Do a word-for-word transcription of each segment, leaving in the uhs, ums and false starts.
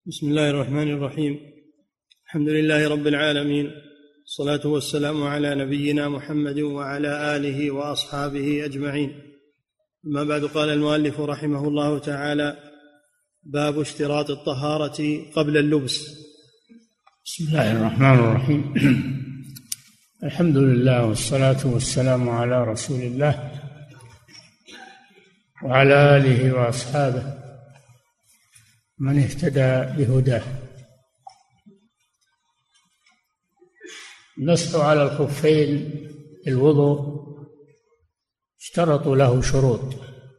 بسم الله الرحمن الرحيم. الحمد لله رب العالمين، الصلاة والسلام على نبينا محمد وعلى آله وأصحابه أجمعين. أما بعد، قال المؤلف رحمه الله تعالى: باب اشتراط الطهارة قبل اللبس. بسم الله الرحمن الرحيم. الحمد لله والصلاة والسلام على رسول الله وعلى آله وأصحابه من اهتدى بهداه. المسح على الخفين الوضوء اشترط له شروط: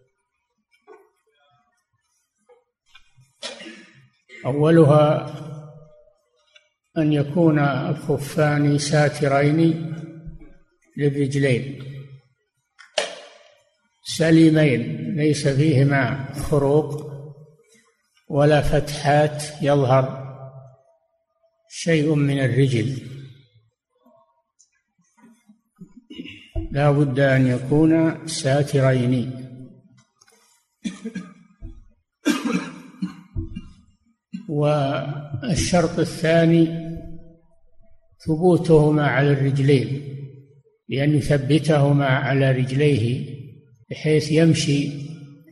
أولها أن يكون الخفان ساترين للرجلين سليمين، ليس فيهما خروق ولا فتحات يظهر شيء من الرجل، لا بد أن يكون ساترين. والشرط الثاني ثبوتهما على الرجلين، لأن يثبتهما على رجليه بحيث يمشي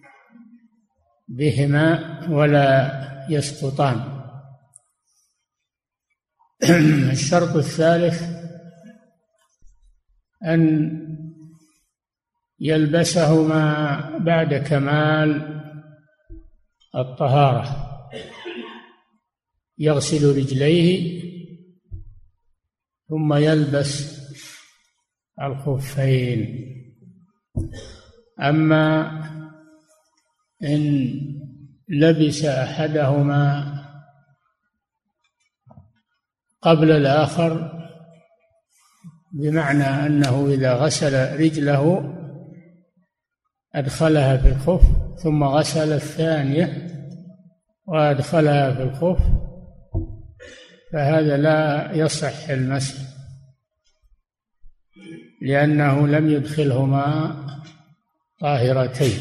بهما ولا يسقطان. الشرط الثالث أن يلبسهما بعد كمال الطهارة، يغسل رجليه ثم يلبس الخفين. أما إن لبس أحدهما قبل الآخر، بمعنى أنه إذا غسل رجله أدخلها في الخف ثم غسل الثانية وأدخلها في الخف، فهذا لا يصح المسح، لأنه لم يدخلهما طاهرتين،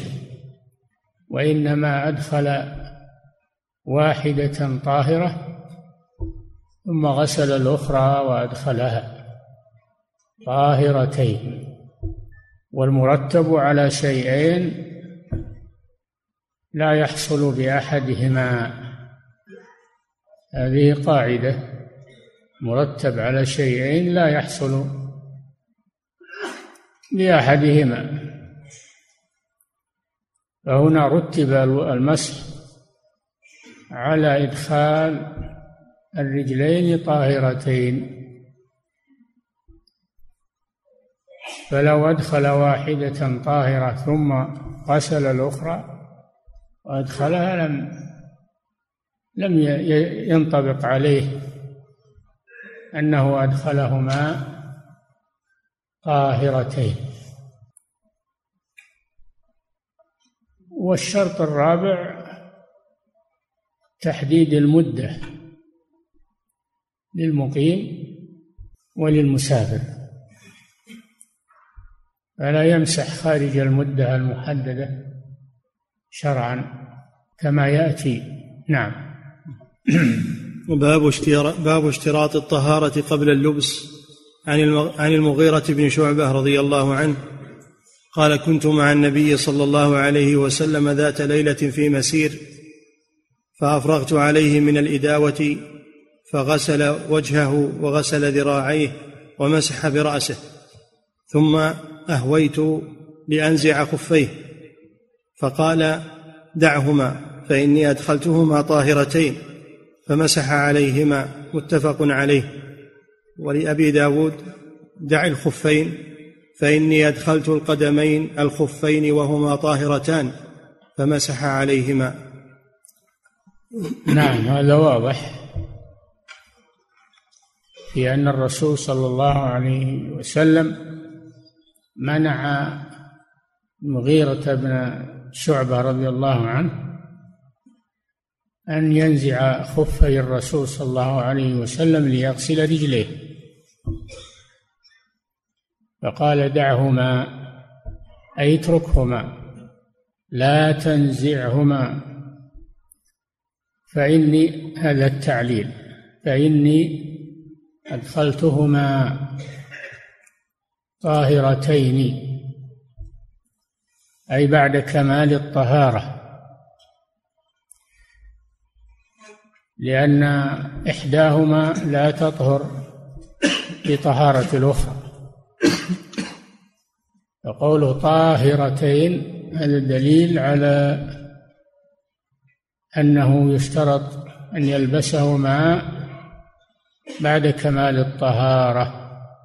وإنما أدخل واحدة طاهرة ثم غسل الأخرى وأدخلها طاهرتين. والمرتب على شيئين لا يحصل بأحدهما، هذه قاعدة: مرتب على شيئين لا يحصل بأحدهما. فهنا رتب المسح على إدخال الرجلين طاهرتين، فلو أدخل واحدة طاهرة ثم غسل الأخرى وأدخلها لم لم ينطبق عليه أنه أدخلهما طاهرتين. والشرط الرابع تحديد المدة للمقيم وللمسافر، فلا يمسح خارج المدة المحددة شرعا كما يأتي. نعم. باب اشتراط باب اشتراط الطهارة قبل اللبس. عن المغيرة بن شعبة رضي الله عنه قال: كنت مع النبي صلى الله عليه وسلم ذات ليلة في مسير، فأفرغت عليه من الإداوة، فغسل وجهه وغسل ذراعيه ومسح برأسه، ثم أهويت لأنزع خفيه، فقال: دعهما فإني أدخلتهما طاهرتين، فمسح عليهما. متفق عليه. ولأبي داود: دع الخفين فإني أدخلت القدمين الخفين وهما طاهرتان، فمسح عليهما. نعم، هذا واضح في أن الرسول صلى الله عليه وسلم منع المغيرة بن شعبة رضي الله عنه أن ينزع خفي الرسول صلى الله عليه وسلم ليغسل رجليه، فقال: دعهما، أي اتركهما، لا تنزعهما، فإني هذا التعليل فإني أدخلتهما طاهرتين، أي بعد كمال الطهارة، لأن إحداهما لا تطهر بطهارة الأخرى. وقوله طاهرتين هذا دليل على أنه يشترط أن يلبسهما بعد كمال الطهارة.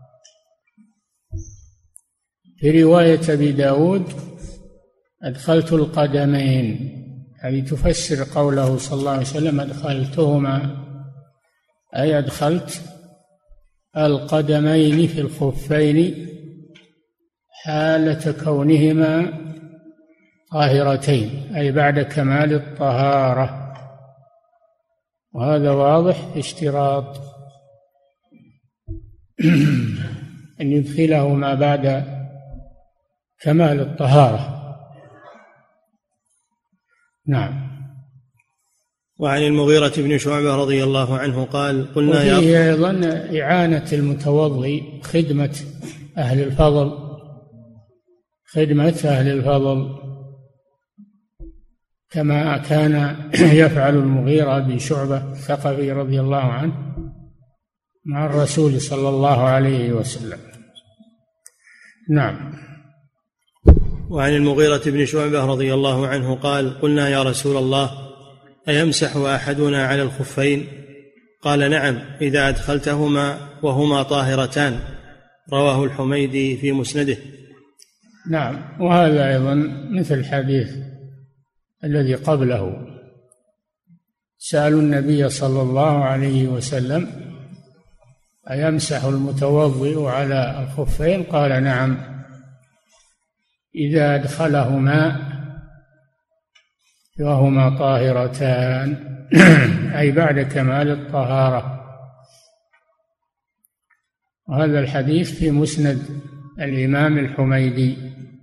في رواية أبي داود أدخلت القدمين، هذه تفسر قوله صلى الله عليه وسلم أدخلتهما، أي أدخلت القدمين في الخفين حالة كونهما طاهرتين، أي بعد كمال الطهارة. وهذا واضح اشتراط أن يدخلهما بعد كمال الطهارة. نعم. وعن المغيرة بن شعبة رضي الله عنه قال قلنا يا وفيه أيضا إعانة المتوضي، خدمة أهل الفضل، خدمة أهل الفضل كما كان يفعل المغيرة بن شعبة الثقفي رضي الله عنه مع الرسول صلى الله عليه وسلم. نعم. وعن المغيرة بن شعبة رضي الله عنه قال قلنا يا رسول الله أيمسح أحدنا على الخفين؟ قال نعم إذا أدخلتهما وهما طاهرتان. رواه الحميدي في مسنده. نعم. وهذا أيضا مثل الحديث الذي قبله، سألوا النبي صلى الله عليه وسلم أيمسح المتوضئ على الخفين؟ قال نعم إذا أدخلهما وهما طاهرتان، أي بعد كمال الطهارة. وهذا الحديث في مسند الإمام الحميدي،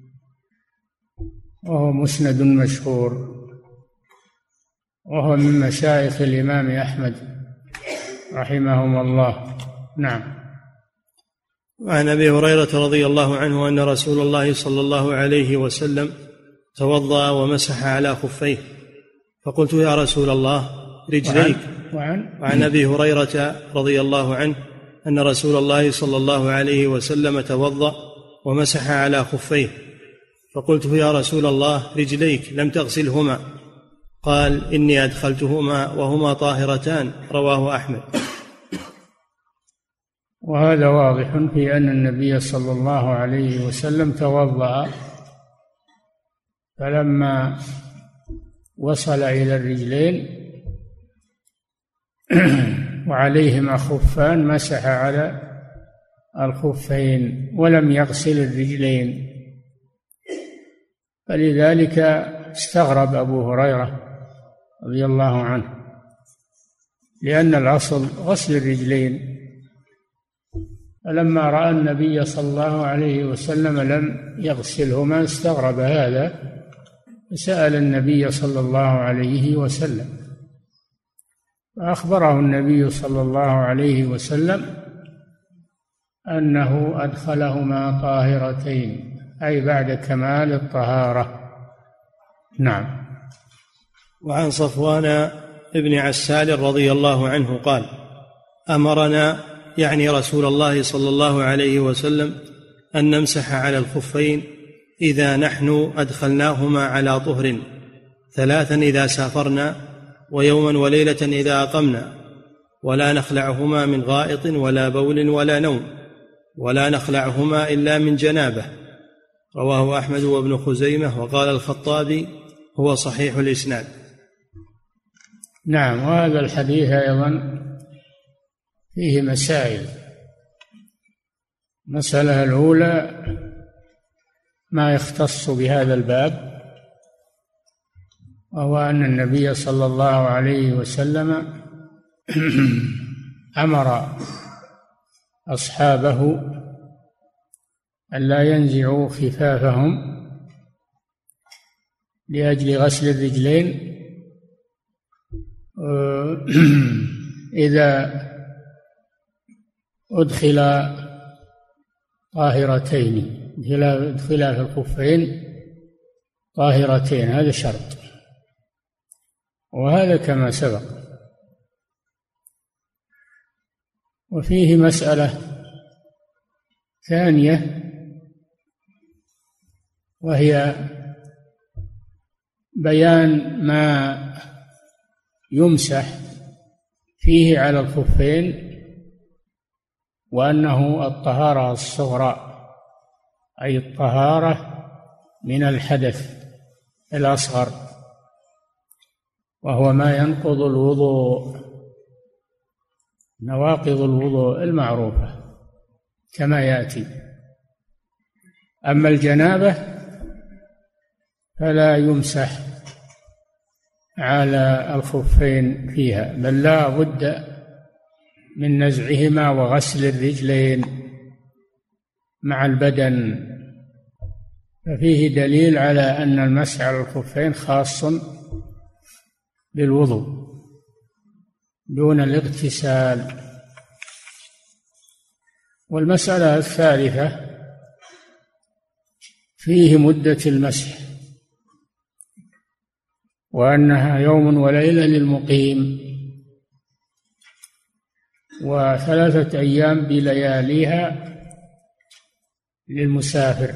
وهو مسند مشهور، وهو من مشايخ الإمام أحمد رحمهم الله. نعم. وعن أبي هريرة رضي الله عنه أن رسول الله صلى الله عليه وسلم توضأ ومسح على خفيه، فقلت يا رسول الله رجليك. وعن, وعن أبي هريرة رضي الله عنه أن رسول الله صلى الله عليه وسلم توضأ ومسح على خفيه، فقلت يا رسول الله رجليك لم تغسلهما؟ قال إني أدخلتهما وهما طاهرتان. رواه أحمد. وهذا واضح في أن النبي صلى الله عليه وسلم توضأ، فلما وصل إلى الرجلين وعليهما خفان مسح على الخفين ولم يغسل الرجلين، فلذلك استغرب أبو هريرة رضي الله عنه، لأن الأصل غسل الرجلين. فلما رأى النبي صلى الله عليه وسلم لم يغسلهما استغرب هذا، فسأل النبي صلى الله عليه وسلم، فأخبره النبي صلى الله عليه وسلم أنه أدخلهما طاهرتين، أي بعد كمال الطهارة. نعم. وعن صفوان ابن عسال رضي الله عنه قال أمرنا، يعني رسول الله صلى الله عليه وسلم، أن نمسح على الخفين إذا نحن أدخلناهما على طهر، ثلاثا إذا سافرنا، ويوما وليلة إذا أقمنا، ولا نخلعهما من غائط ولا بول ولا نوم، ولا نخلعهما إلا من جنابه. رواه أحمد وابن خزيمة. وقال الخطابي هو صحيح الإسناد. نعم. وهذا الحديث أيضا فيه مسائل. المسألة الأولى ما يختص بهذا الباب، وهو أن النبي صلى الله عليه وسلم أمر أصحابه أن لا ينزعوا خفافهم لأجل غسل الرجلين، إذا أدخل طاهرتين، ادخلا في الخفين طاهرتين، هذا شرط، وهذا كما سبق. وفيه مسألة ثانية، وهي بيان ما يمسح فيه على الخفين، وأنه الطهارة الصغرى، أي الطهارة من الحدث الأصغر، وهو ما ينقض الوضوء، نواقض الوضوء المعروفة كما يأتي. أما الجنابة فلا يمسح على الخفين فيها، بل لا بد من نزعهما وغسل الرجلين مع البدن. ففيه دليل على أن المسح على الخفين خاص بالوضوء دون الاغتسال. والمسألة الثالثة فيه مدة المسح، وأنها يوم وليلة للمقيم، وثلاثة أيام بلياليها للمسافر.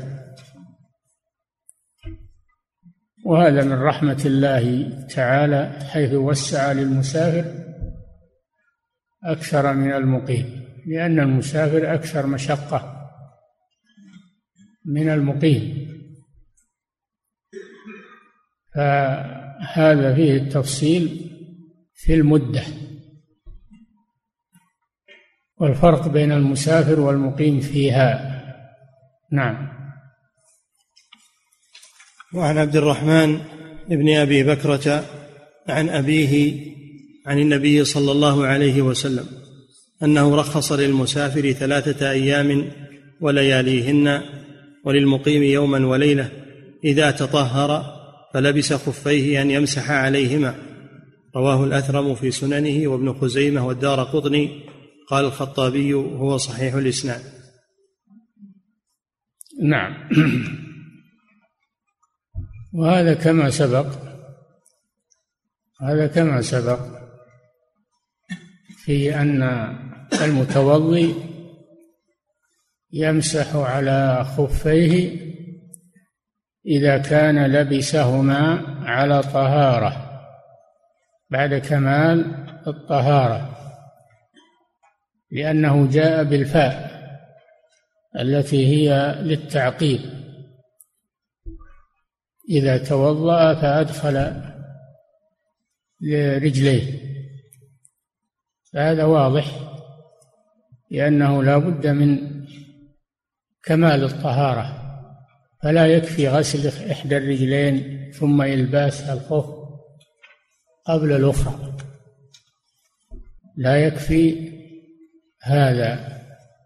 وهذا من رحمة الله تعالى، حيث وسع للمسافر أكثر من المقيم، لأن المسافر أكثر مشقة من المقيم. فهذا فيه التفصيل في المدة، والفرق بين المسافر والمقيم فيها. نعم. وعن عبد الرحمن بن أبي بكرة عن أبيه عن النبي صلى الله عليه وسلم أنه رخص للمسافر ثلاثة أيام ولياليهن، وللمقيم يوما وليلة إذا تطهر فلبس خفيه أن يمسح عليهما. رواه الأثرم في سننه وابن خزيمة والدارقطني. قال الخطابي هو صحيح الإسناد. نعم. وهذا كما سبق، هذا كما سبق في أن المتوضي يمسح على خفيه إذا كان لبسهما على طهارة بعد كمال الطهارة، لأنه جاء بالفاء التي هي للتعقيب، إذا توضأ فأدخل لرجليه، فهذا واضح، لأنه لا بد من كمال الطهارة، فلا يكفي غسل إحدى الرجلين ثم إلباس الخف قبل الأخرى، لا يكفي هذا،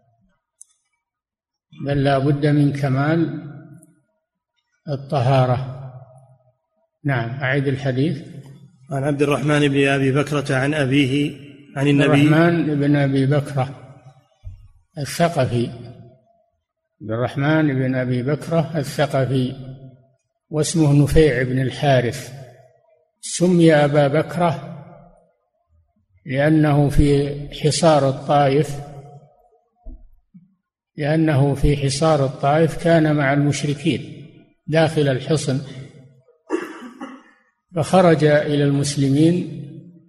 بل لا بد من كمال الطهارة. نعم. أعيد الحديث. عن عبد الرحمن بن أبي بكرة عن أبيه عن النبي. الرحمن بن أبي بكرة الثقفي، عبد الرحمن بن أبي بكرة الثقفي، واسمه نفيع بن الحارث. سمي أبا بكرة لأنه في حصار الطائف لأنه في حصار الطائف كان مع المشركين داخل الحصن، فخرج إلى المسلمين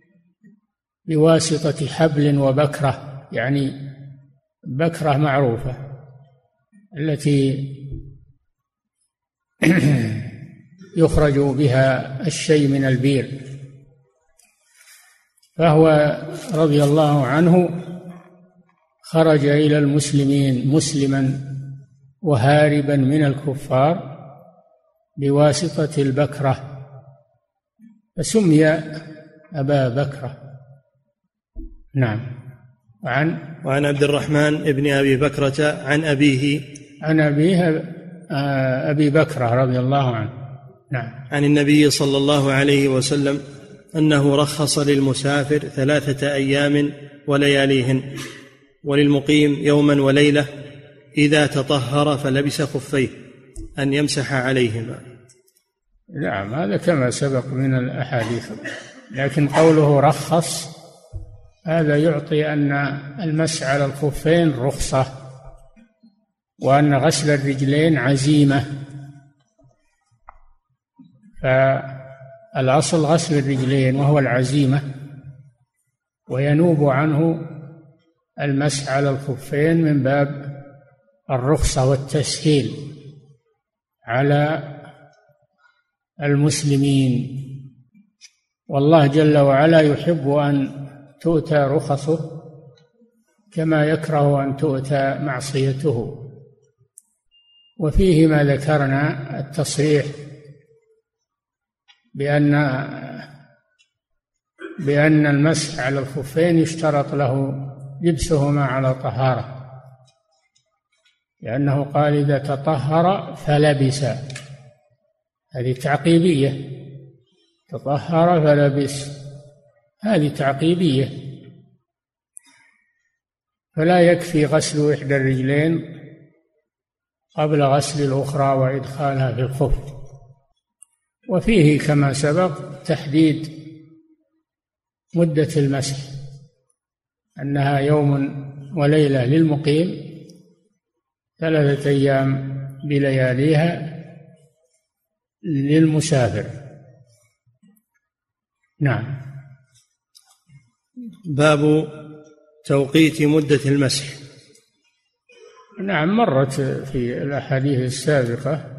بواسطة حبل وبكرة، يعني بكرة معروفة التي يخرج بها الشيء من البير، فهو رضي الله عنه خرج إلى المسلمين مسلما وهاربا من الكفار بواسطة البكرة، فسمي أبا بكرة. نعم. وعن وعن عبد الرحمن بن أبي بكرة عن أبيه عن أبيه أبي بكرة رضي الله عنه. نعم. عن النبي صلى الله عليه وسلم أنه رخص للمسافر ثلاثة أيام ولياليهن، وللمقيم يوما وليلة إذا تطهر فلبس خفيه أن يمسح عليهما. نعم، هذا كما سبق من الأحاديث، لكن قوله رخص هذا يعطي أن المسح على الخفين رخصة، وأن غسل الرجلين عزيمة. فالأصل غسل الرجلين وهو العزيمة، وينوب عنه المسح على الخفين من باب الرخصة والتسهيل على المسلمين. والله جل وعلا يحب أن تؤتى رخصه كما يكره أن تؤتى معصيته. وفيه ما ذكرنا التصريح بأن بأن المسح على الخفين يشترط له لبسهما على طهارة، لأنه قال إذا تطهر فلبس، هذه تعقيبية، تطهر فلبس، هذه تعقيبية، فلا يكفي غسل إحدى الرجلين قبل غسل الأخرى وإدخالها في الخف. وفيه كما سبق تحديد مدة المسح، أنها يوم وليلة للمقيم، ثلاثة أيام بلياليها للمسافر. نعم. باب توقيت مدة المسح. نعم، مرت في الأحاديث السابقة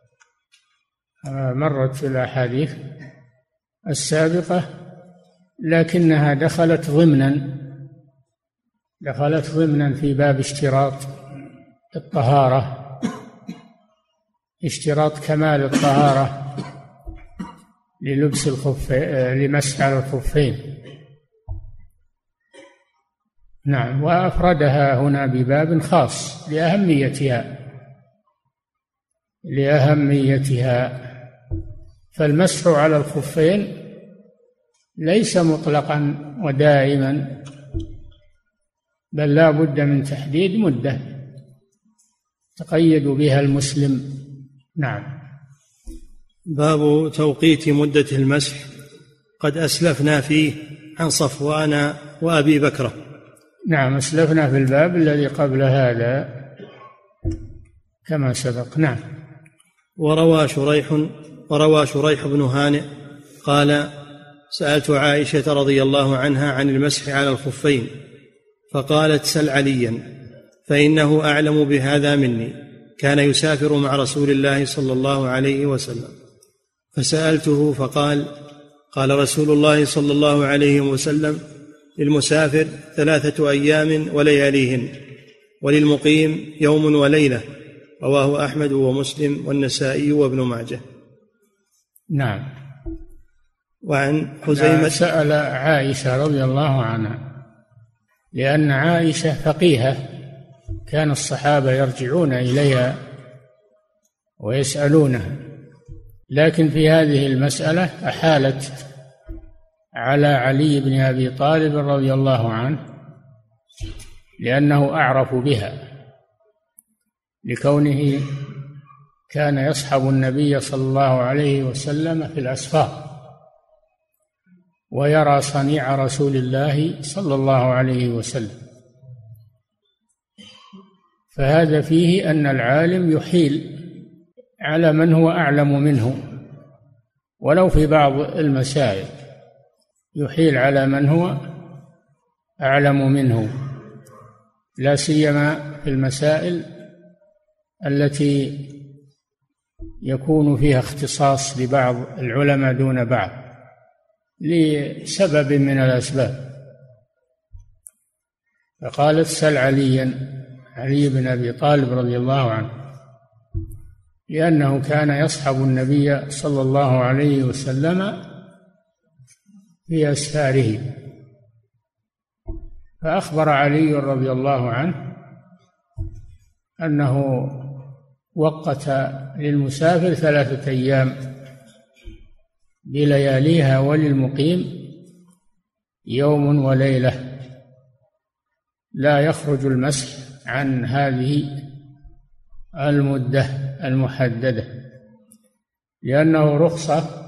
مرت في الأحاديث السابقة لكنها دخلت ضمنا دخلت ضمنا في باب اشتراط الطهارة، اشتراط كمال الطهارة للبس الخف لمسح على الخفين. نعم، وأفردها هنا بباب خاص لأهميتها لأهميتها فالمسح على الخفين ليس مطلقا ودائما، بل لا بد من تحديد مدة تقيد بها المسلم. نعم. باب توقيت مدة المسح. قد أسلفنا فيه عن صفوان وأبي بكرة. نعم، أسلفنا في الباب الذي قبل هذا كما سبق. نعم. وروى شريح وروى شريح بن هانئ قال: سألت عائشة رضي الله عنها عن المسح على الخفين، فقالت: سل عليا فإنه أعلم بهذا مني، كان يسافر مع رسول الله صلى الله عليه وسلم. فسألته فقال: قال رسول الله صلى الله عليه وسلم: للمسافر ثلاثة أيام ولياليهن، وللمقيم يوم وليلة. رواه أحمد ومسلم والنسائي وابن ماجه. نعم. وعن خزيمة سأل عائشة رضي الله عنها، لأن عائشة فقيهة، كان الصحابة يرجعون إليها ويسألونها، لكن في هذه المسألة أحالت على علي بن أبي طالب رضي الله عنه، لأنه أعرف بها، لكونه كان يصحب النبي صلى الله عليه وسلم في الأسفار ويرى صنيع رسول الله صلى الله عليه وسلم. فهذا فيه أن العالم يحيل على من هو أعلم منه، ولو في بعض المسائل يحيل على من هو أعلم منه، لا سيما في المسائل التي يكون فيها اختصاص لبعض العلماء دون بعض لسبب من الأسباب. فقالت: سل عليا، علي بن أبي طالب رضي الله عنه، لأنه كان يصحب النبي صلى الله عليه وسلم في أسفاره. فأخبر علي رضي الله عنه أنه وقت للمسافر ثلاثة أيام بلياليها وللمقيم يوم وليلة، لا يخرج المسح عن هذه المدة المحددة، لأنه رخصة،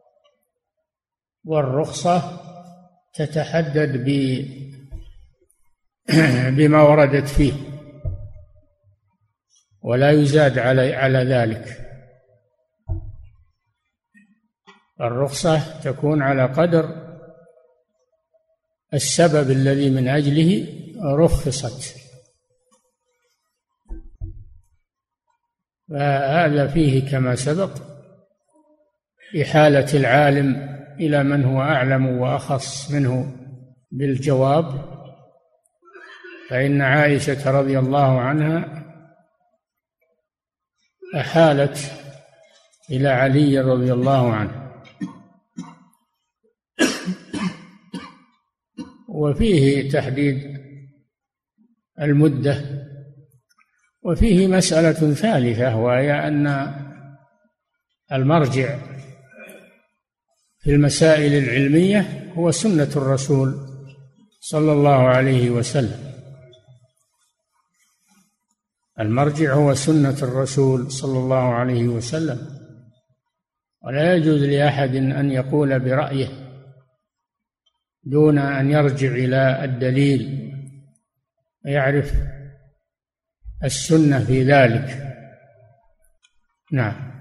والرخصة تتحدد بما وردت فيه ولا يزاد على على ذلك. الرخصة تكون على قدر السبب الذي من أجله رخصت، فهذا فيه كما سبق إحالة العالم إلى من هو أعلم وأخص منه بالجواب، فإن عائشة رضي الله عنها أحالت إلى علي رضي الله عنه. وفيه تحديد المدة، وفيه مسألة ثالثة، وهي أن المرجع في المسائل العلمية هو سنة الرسول صلى الله عليه وسلم. المرجع هو سنة الرسول صلى الله عليه وسلم، ولا يجوز لأحد أن يقول برأيه دون أن يرجع إلى الدليل ويعرف السنة في ذلك. نعم.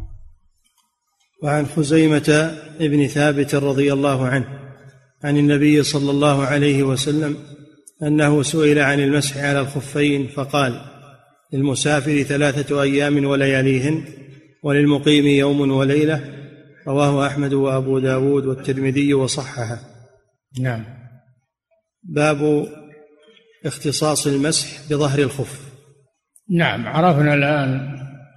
وعن خزيمة ابن ثابت رضي الله عنه عن النبي صلى الله عليه وسلم أنه سئل عن المسح على الخفين فقال: للمسافر ثلاثة أيام ولياليهن، وللمقيم يوم وليلة. رواه أحمد وأبو داود والترمذي وصححه. نعم. باب اختصاص المسح بظهر الخف. نعم، عرفنا الآن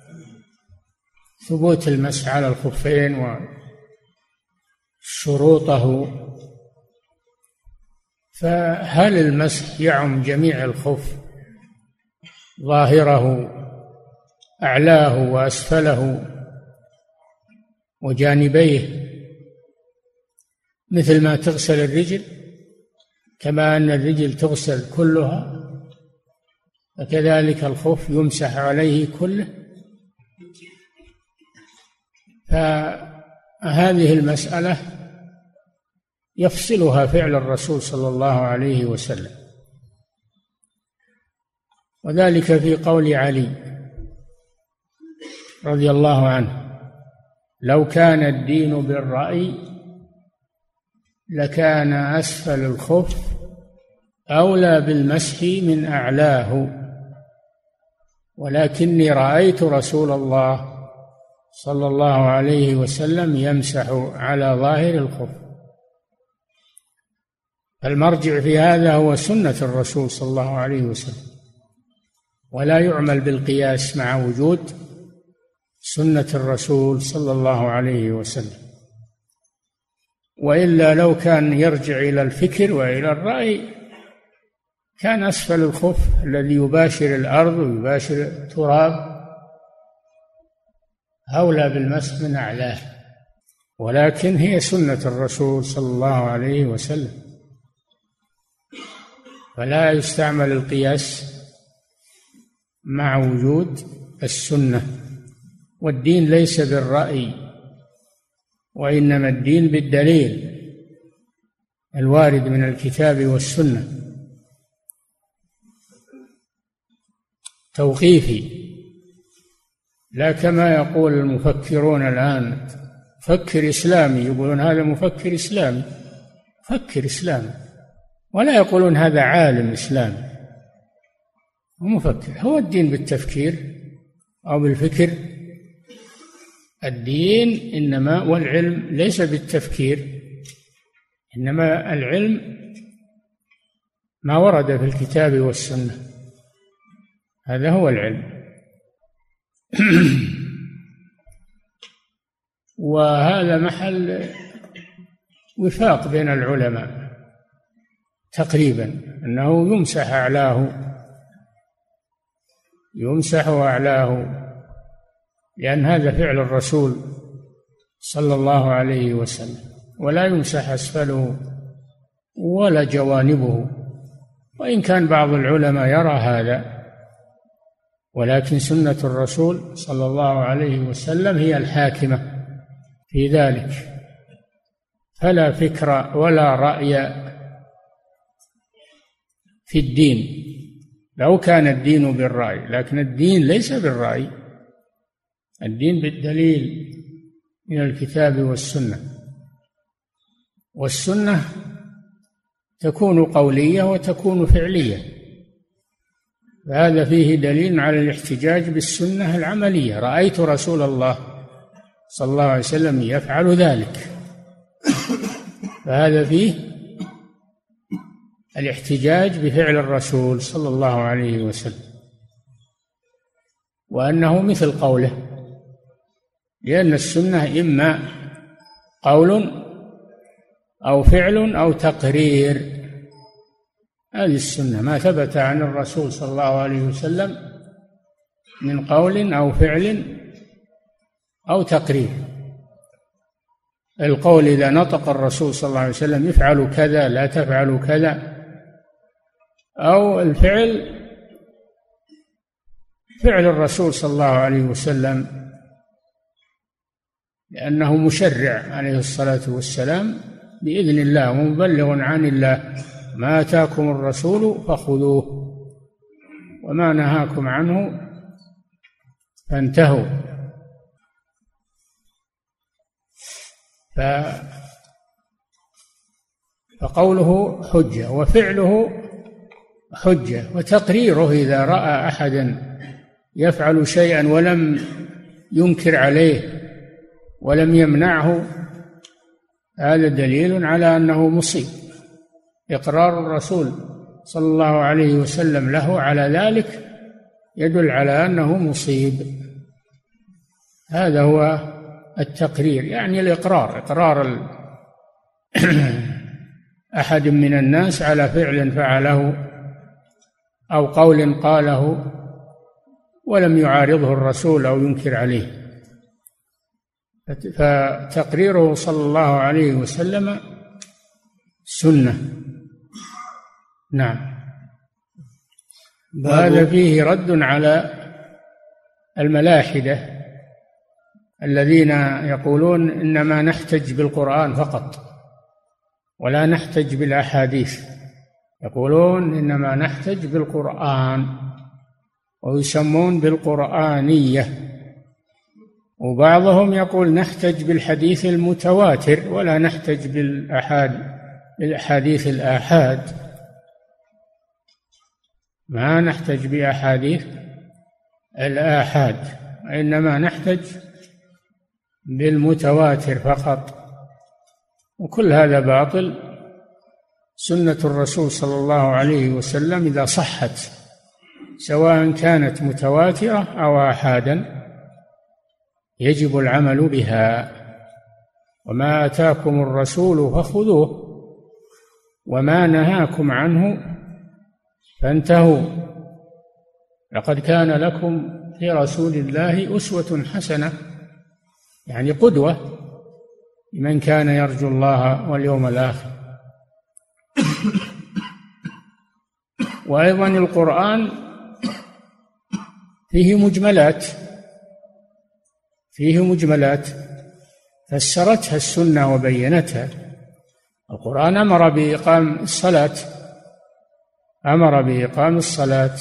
ثبوت المسح على الخفين وشروطه، فهل المسح يعم جميع الخف ظاهره أعلاه وأسفله وجانبيه مثل ما تغسل الرجل، كما أن الرجل تغسل كلها فكذلك الخف يمسح عليه كله؟ فهذه المسألة يفصلها فعل الرسول صلى الله عليه وسلم، وذلك في قول علي رضي الله عنه: لو كان الدين بالرأي لكان أسفل الخف أولى بالمسح من أعلاه، ولكني رأيت رسول الله صلى الله عليه وسلم يمسح على ظاهر الخف. المرجع في هذا هو سنة الرسول صلى الله عليه وسلم، ولا يعمل بالقياس مع وجود سنة الرسول صلى الله عليه وسلم. وإلا لو كان يرجع إلى الفكر وإلى الرأي كان أسفل الخف الذي يباشر الأرض ويباشر التراب أولى بالمسح من أعلاه، ولكن هي سنة الرسول صلى الله عليه وسلم، فلا يستعمل القياس مع وجود السنة. والدين ليس بالرأي، وإنما الدين بالدليل الوارد من الكتاب والسنة، توقيفي، لا كما يقول المفكرون الآن مفكر إسلامي، يقولون هذا مفكر إسلامي، مفكر إسلامي، ولا يقولون هذا عالم إسلامي ومفكر. هو الدين بالتفكير أو بالفكر؟ الدين إنما والعلم ليس بالتفكير، إنما العلم ما ورد في الكتاب والسنة، هذا هو العلم. وهذا محل وفاق بين العلماء تقريبا، أنه يمسح أعلاه، يمسح أعلاه، لأن هذا فعل الرسول صلى الله عليه وسلم، ولا يمسح أسفله ولا جوانبه، وإن كان بعض العلماء يرى هذا، ولكن سنة الرسول صلى الله عليه وسلم هي الحاكمة في ذلك، فلا فكر ولا رأي في الدين. لو كان الدين بالرأي، لكن الدين ليس بالرأي، الدين بالدليل من الكتاب والسنة، والسنة تكون قولية وتكون فعلية، فهذا فيه دليل على الاحتجاج بالسنة العملية. رأيت رسول الله صلى الله عليه وسلم يفعل ذلك، فهذا فيه الاحتجاج بفعل الرسول صلى الله عليه وسلم، وأنه مثل قوله، لأن السنة إما قول أو فعل أو تقرير. هذه السنة ما ثبت عن الرسول صلى الله عليه وسلم من قول أو فعل أو تقرير. القول إذا نطق الرسول صلى الله عليه وسلم افعلوا كذا لا تفعلوا كذا، أو الفعل فعل الرسول صلى الله عليه وسلم، لأنه مشرع عليه الصلاة والسلام بإذن الله ومبلغ عن الله. ما آتاكم الرسول فخذوه وما نهاكم عنه فانتهوا. فقوله حجة وفعله حجة، وتقريره إذا رأى أحدا يفعل شيئا ولم ينكر عليه ولم يمنعه، هذا دليل على أنه مصيب. إقرار الرسول صلى الله عليه وسلم له على ذلك يدل على أنه مصيب. هذا هو التقرير، يعني الإقرار، إقرار أحد من الناس على فعل فعله أو قول قاله ولم يعارضه الرسول أو ينكر عليه، فتقريره صلى الله عليه وسلم سنة. نعم. وهذا فيه رد على الملاحدة الذين يقولون إنما نحتج بالقرآن فقط ولا نحتج بالأحاديث، يقولون إنما نحتج بالقرآن ويسمون بالقرآنية، وبعضهم يقول نحتج بالحديث المتواتر ولا نحتج بالأحاد بالأحاديث الآحاد، ما نحتج بأحاديث الآحاد وإنما نحتج بالمتواتر فقط، وكل هذا باطل. سنة الرسول صلى الله عليه وسلم إذا صحت سواء كانت متواترة أو آحادا يجب العمل بها. وما آتاكم الرسول فخذوه وما نهاكم عنه فانتهوا، لقد كان لكم في رسول الله أسوة حسنة، يعني قدوة لمن كان يرجو الله واليوم الآخر. وأيضا القرآن فيه مجملات فيه مجملات فسرتها السنة وبينتها. القرآن أمر بإقام الصلاة أمر بإقام الصلاة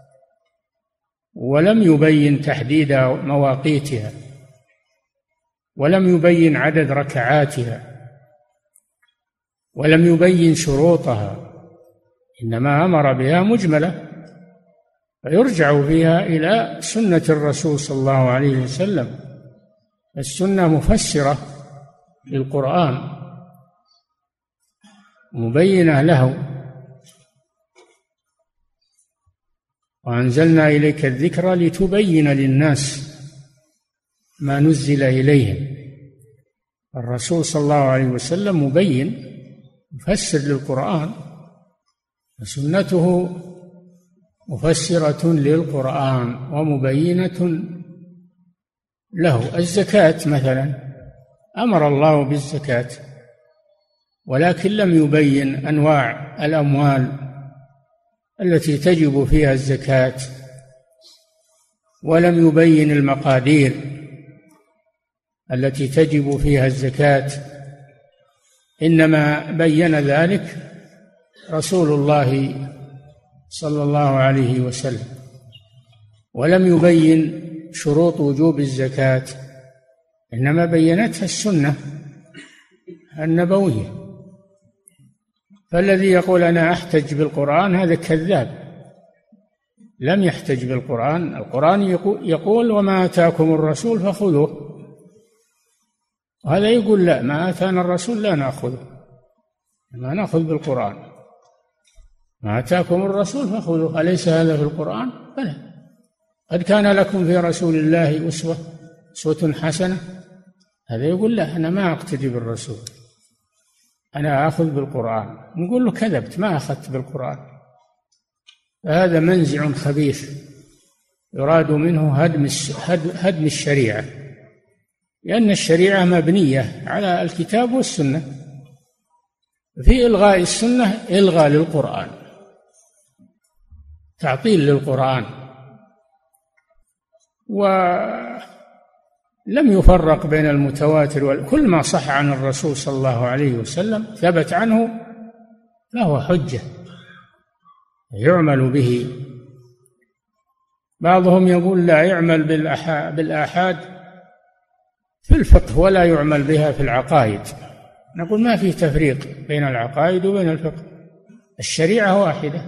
ولم يبين تحديد مواقيتها ولم يبين عدد ركعاتها ولم يبين شروطها، إنما أمر بها مجملة، فيرجع فيها إلى سنة الرسول صلى الله عليه وسلم. السنة مفسرة للقرآن مبينة له. وأنزلنا إليك الذكر لتبين للناس ما نزل إليهم. الرسول صلى الله عليه وسلم مبين مفسر للقرآن، وسنته مفسرة للقرآن ومبينة له. الزكاة مثلا أمر الله بالزكاة، ولكن لم يبين أنواع الأموال التي تجب فيها الزكاة، ولم يبين المقادير التي تجب فيها الزكاة، إنما بين ذلك رسول الله صلى الله عليه وسلم، ولم يبين شروط وجوب الزكاة، إنما بينتها السنة النبوية. فالذي يقول أنا أحتج بالقرآن هذا كذاب، لم يحتج بالقرآن. القرآن يقول وما آتاكم الرسول فخذوه، وهذا يقول لا، ما آتانا الرسول لا نأخذه، ما نأخذ بالقرآن، ما آتاكم الرسول فخذوه، أليس هذا في القرآن؟ بلى، قد كان لكم في رسول الله أسوة أسوة حسنة. هذا يقول لا، أنا ما أقتدي بالرسول، أنا أخذ بالقرآن. نقول له كذبت، ما أخذت بالقرآن. هذا منزع خبيث يراد منه هدم هدم الشريعة، لأن الشريعة مبنية على الكتاب والسنة. في إلغاء السنة إلغاء للقرآن، تعطيل للقرآن، ولم يفرق بين المتواتر وكل ما صح عن الرسول صلى الله عليه وسلم ثبت عنه فهو حجة يعمل به. بعضهم يقول لا، يعمل بالآحاد في الفقه ولا يعمل بها في العقائد. نقول ما في تفريق بين العقائد وبين الفقه، الشريعة واحدة،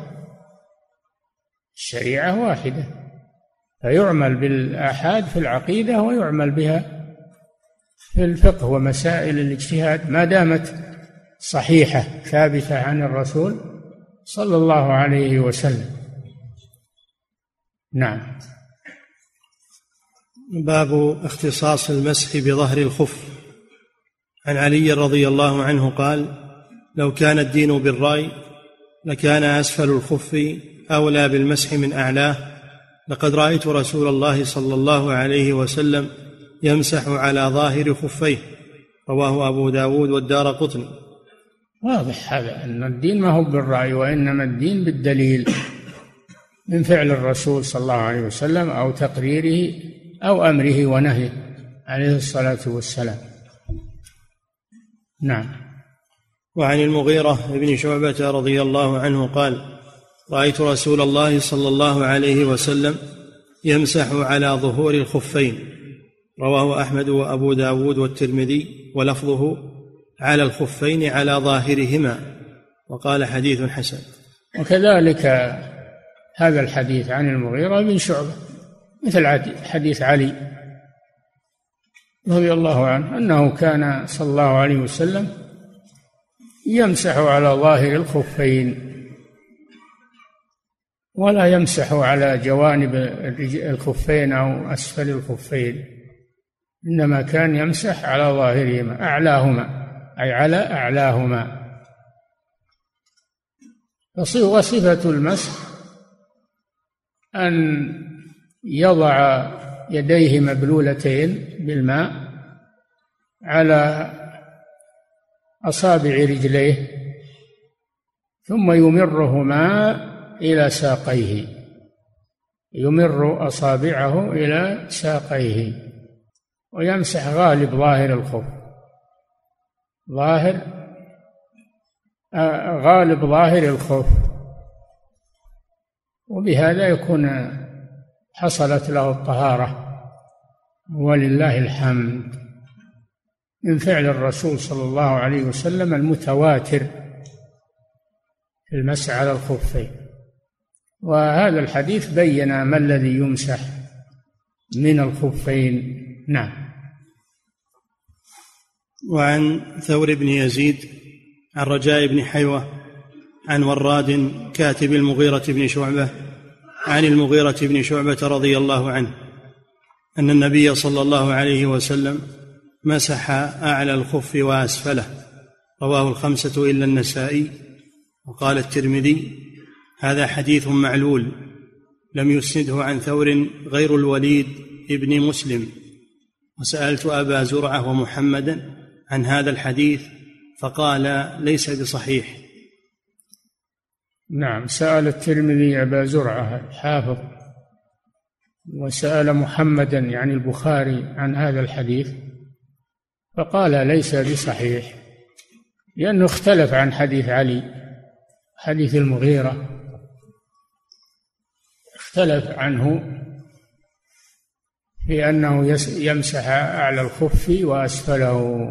الشريعة واحدة، فيعمل بالآحاد في العقيدة ويعمل بها في الفقه ومسائل الاجتهاد ما دامت صحيحة ثابتة عن الرسول صلى الله عليه وسلم. نعم. باب اختصاص المسح بظهر الخف. عن علي رضي الله عنه قال: لو كان الدين بالرأي لكان أسفل الخف أولى بالمسح من أعلاه، لقد رأيت رسول الله صلى الله عليه وسلم يمسح على ظاهر خفيه. رواه أبو داود والدارقطني. واضح هذا أن الدين ما هو بالرأي، وإنما الدين بالدليل من فعل الرسول صلى الله عليه وسلم أو تقريره أو أمره ونهيه عليه الصلاة والسلام. نعم. وعن المغيرة بن شعبة رضي الله عنه قال: رأيت رسول الله صلى الله عليه وسلم يمسح على ظهور الخفين. رواه أحمد وأبو داود والترمذي، ولفظه على الخفين على ظاهرهما، وقال حديث حسن. وكذلك هذا الحديث عن المغيرة بن شعبة مثل حديث علي رضي الله عنه أنه كان صلى الله عليه وسلم يمسح على ظاهر الخفين ولا يمسح على جوانب الخفين أو أسفل الخفين، إنما كان يمسح على ظاهرهما أعلاهما، أي على أعلاهما. وصفة المسح أن يضع يديه مبلولتين بالماء على أصابع رجليه ثم يمرهما إلى ساقيه، يمر أصابعه إلى ساقيه ويمسح غالب ظاهر الخف، ظاهر آه غالب ظاهر الخف، وبهذا يكون حصلت له الطهارة ولله الحمد، من فعل الرسول صلى الله عليه وسلم المتواتر في المسح على الخفين. وهذا الحديث بين ما الذي يمسح من الخفين. نعم. وعن ثور بن يزيد عن رجاء بن حيوة عن وراد كاتب المغيرة بن شعبة عن المغيرة بن شعبة رضي الله عنه أن النبي صلى الله عليه وسلم مسح أعلى الخف وأسفله. رواه الخمسة إلا النسائي. وقال الترمذي: هذا حديث معلول لم يسنده عن ثور غير الوليد ابن مسلم. وسألت أبا زرعة ومحمدا عن هذا الحديث فقال ليس بصحيح. نعم، سأل الترمذي أبا زرعة الحافظ وسأل محمدا يعني البخاري عن هذا الحديث فقال ليس بصحيح، لأنه اختلف عن حديث علي، حديث المغيرة اختلف عنه في أنه يمسح أعلى الخف وأسفله،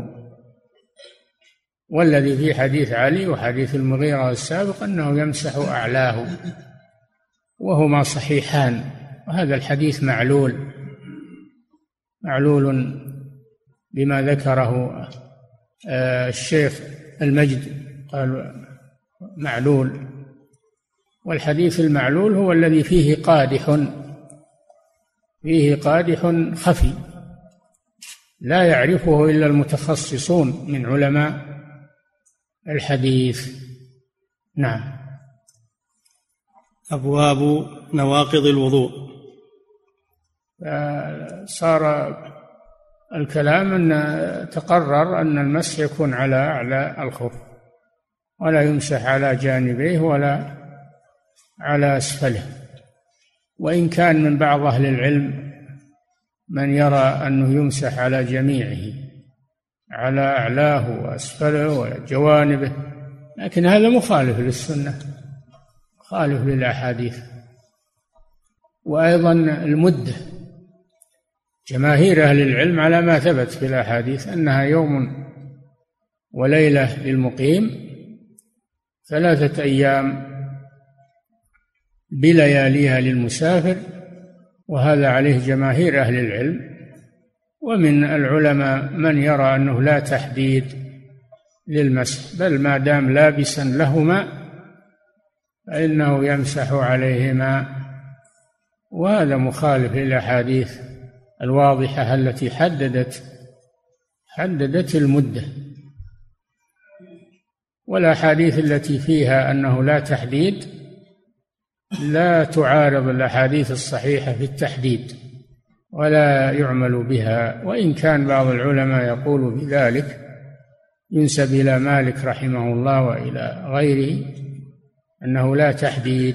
والذي في حديث علي وحديث المغيرة السابق أنه يمسح أعلاه، وهما صحيحان. وهذا الحديث معلول معلول بما ذكره الشيخ المجد، قال معلول، والحديث المعلول هو الذي فيه قادح فيه قادح خفي لا يعرفه إلا المتخصصون من علماء الحديث. نعم. أبواب نواقض الوضوء. صار الكلام أن تقرر أن المسح يكون على أعلى الخف ولا يمسح على جانبيه ولا على أسفله، وإن كان من بعض أهل العلم من يرى أنه يمسح على جميعه، على أعلاه وأسفله وجوانبه، لكن هذا مخالف للسنة، مخالف للأحاديث. وأيضا المدة، جماهير أهل العلم على ما ثبت في الأحاديث أنها يوم وليلة للمقيم، ثلاثة أيام بلياليها للمسافر، وهذا عليه جماهير أهل العلم. ومن العلماء من يرى أنه لا تحديد للمسح، بل ما دام لابسا لهما فإنه يمسح عليهما، وهذا مخالف للأحاديث الواضحة التي حددت حددت المدة، والأحاديث التي فيها أنه لا تحديد لا تعارض الأحاديث الصحيحة في التحديد ولا يعمل بها. وإن كان بعض العلماء يقول بذلك، ينسب إلى مالك رحمه الله وإلى غيره أنه لا تحديد،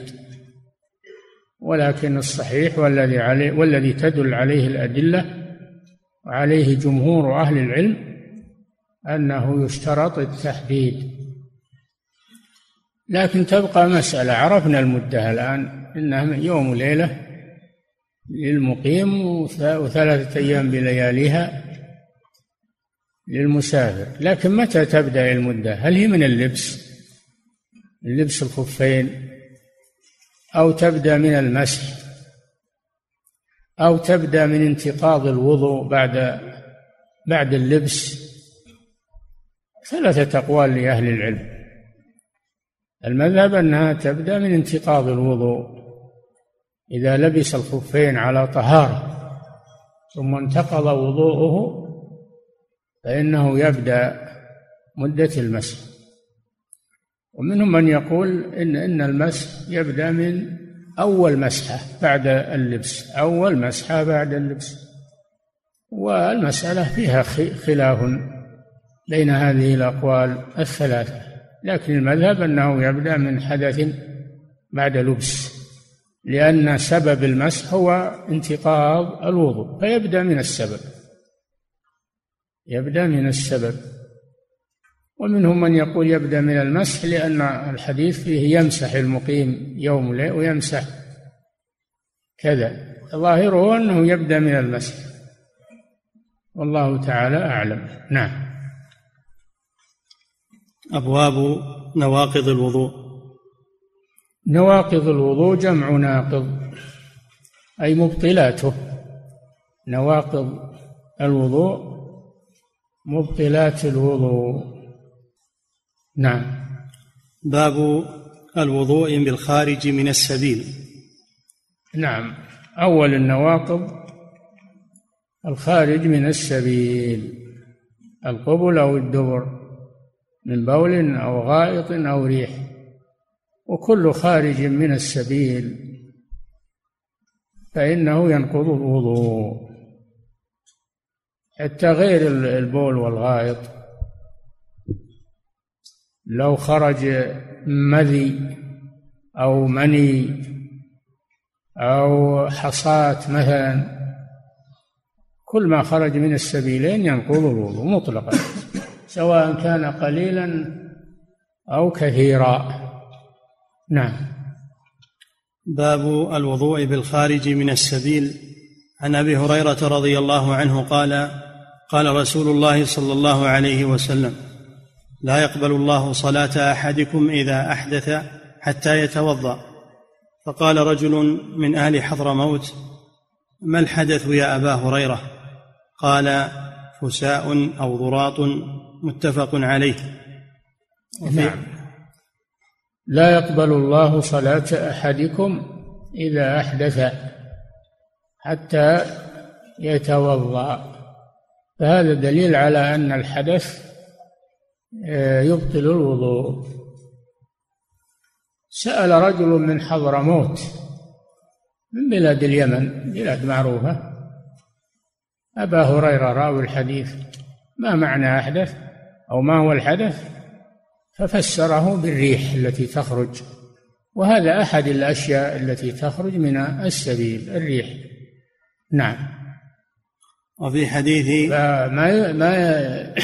ولكن الصحيح والذي عليه والذي تدل عليه الأدلة وعليه جمهور أهل العلم أنه يشترط التحديد. لكن تبقى مسألة، عرفنا المدة الآن إنها يوم وليلة للمقيم وثلاثة أيام بلياليها للمسافر، لكن متى تبدأ المدة؟ هل هي من اللبس اللبس الخفين، أو تبدأ من المسح، أو تبدأ من انتقاض الوضوء بعد بعد اللبس؟ ثلاثة أقوال لأهل العلم. المذهب أنها تبدأ من انتقاض الوضوء، إذا لبس الخفين على طهارة ثم انتقض وضوءه فإنه يبدأ مدة المسح. ومنهم من يقول إن إن المسح يبدأ من أول مسحة بعد اللبس، أول مسحة بعد اللبس. والمسألة فيها خلاف بين هذه الأقوال الثلاثة، لكن المذهب أنه يبدأ من حدث بعد لبس، لأن سبب المسح هو انتقاض الوضوء، فيبدأ من السبب يبدأ من السبب. ومنهم من يقول يبدأ من المسح، لأن الحديث فيه يمسح المقيم يوم وليلة ويمسح كذا، ظاهره أنه يبدأ من المسح، والله تعالى أعلم. نعم. أبواب نواقض الوضوء. نواقض الوضوء جمع ناقض، أي مبطلاته. نواقض الوضوء مبطلات الوضوء. نعم. باب الوضوء بالخارج من السبيل. نعم، أول النواقض الخارج من السبيل، القبل أو الدبر، من بول أو غائط أو ريح، وكل خارج من السبيل فإنه ينقض الوضوء. حتى غير البول والغائط، لو خرج مذي أو مني أو حصاة مثلا، كل ما خرج من السبيلين ينقض الوضوء مطلقا، سواء كان قليلا أو كثيرا. نعم. باب الوضوء بالخارج من السبيل. عن أبي هريرة رضي الله عنه قال: قال رسول الله صلى الله عليه وسلم: لا يقبل الله صلاة أحدكم إذا أحدث حتى يتوضأ. فقال رجل من أهل حضرموت: ما الحدث يا أبا هريرة؟ قال: فساء أو ضراط. متفق عليه. نعم. لا يقبل الله صلاة أحدكم إذا أحدث حتى يتوضأ، فهذا دليل على أن الحدث يبطل الوضوء. سأل رجل من حضرموت من بلاد اليمن، بلاد معروفة، أبا هريرة راوي الحديث: ما معنى أحدث أو ما هو الحدث؟ ففسره بالريح التي تخرج، وهذا أحد الأشياء التي تخرج من السبيل، الريح. نعم. وفي حديث ما ما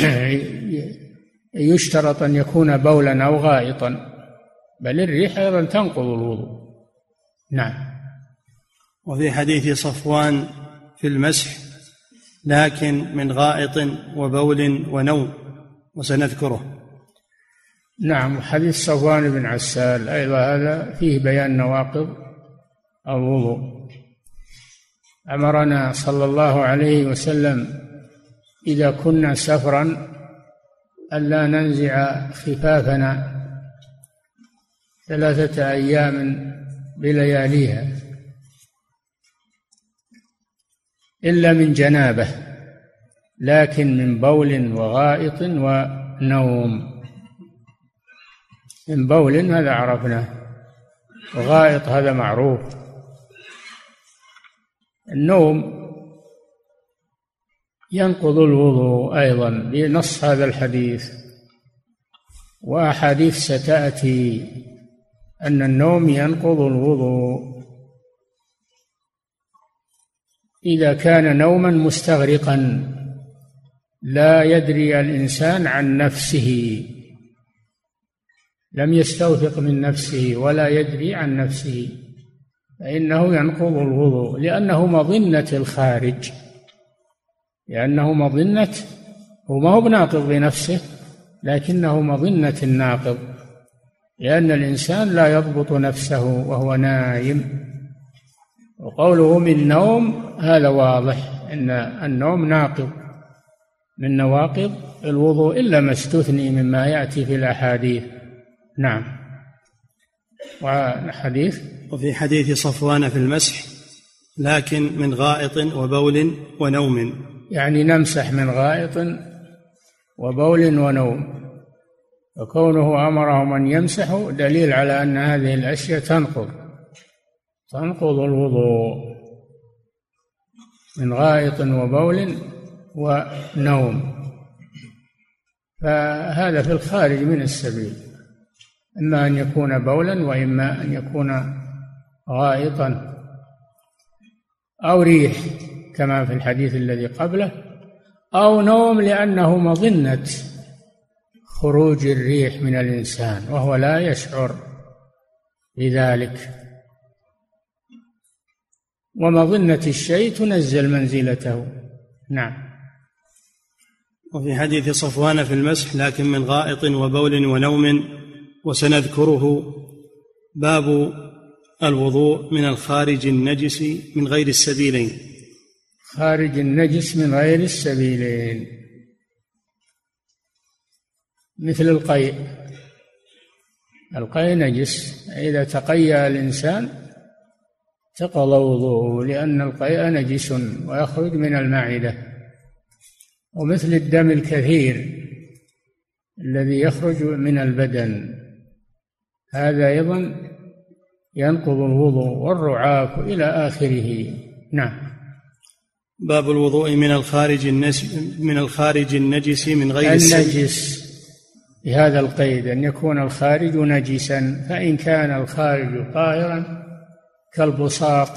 يشترط أن يكون بولا أو غائطا، بل الريح أيضا تنقض الوضوء. نعم. وفي حديث صفوان في المسح: لكن من غائط وبول ونوم، وسنذكره. نعم. حديث صفوان بن عسال أيضا هذا فيه بيان نواقض الوضوء. أمرنا صلى الله عليه وسلم إذا كنا سفرا ألا ننزع خفافنا ثلاثة أيام بلياليها إلا من جنابة، لكن من بول وغائط ونوم. من بول هذا عرفناه، وغائط هذا معروف. النوم ينقض الوضوء أيضا بنص هذا الحديث، وأحاديث ستأتي أن النوم ينقض الوضوء إذا كان نوما مستغرقا لا يدري الإنسان عن نفسه، لم يستوثق من نفسه ولا يدري عن نفسه، فإنه ينقض الوضوء، لأنه مظنة الخارج، لأنه مظنة، وما هو بناقض بنفسه لكنه مظنة الناقض، لأن الإنسان لا يضبط نفسه وهو نايم. وقوله من نوم هذا واضح أن النوم ناقض من نواقض الوضوء، إلا ما استثني مما يأتي في الأحاديث. نعم. وحديث وفي حديث صفوان في المسح: لكن من غائط وبول ونوم، يعني نمسح من غائط وبول ونوم، وكونه أمرهم أن يمسحوا دليل على أن هذه الأشياء تنقض تنقض الوضوء، من غائط وبول ونوم، فهذا في الخارج من السبيل، إما أن يكون بولا وإما أن يكون غائطا أو ريح كما في الحديث الذي قبله، أو نوم لأنه مظنة خروج الريح من الإنسان وهو لا يشعر بذلك، ومظنة الشيء تنزل منزلته. نعم. وفي حديث صفوان في المسح: لكن من غائط وبول ونوم، وسنذكره. باب الوضوء من الخارج النجس من غير السبيلين. خارج النجس من غير السبيلين مثل القيء. القيء نجس، إذا تقيأ الإنسان تقضى وضوءه، لأن القيء نجس ويخرج من المعدة. ومثل الدم الكثير الذي يخرج من البدن هذا أيضا ينقض الوضوء، والرعاف إلى آخره. نعم. باب الوضوء من الخارج من الخارج النجس من غير النجس بهذا القيد أن يكون الخارج نجسا، فإن كان الخارج طاهرا كالبصاق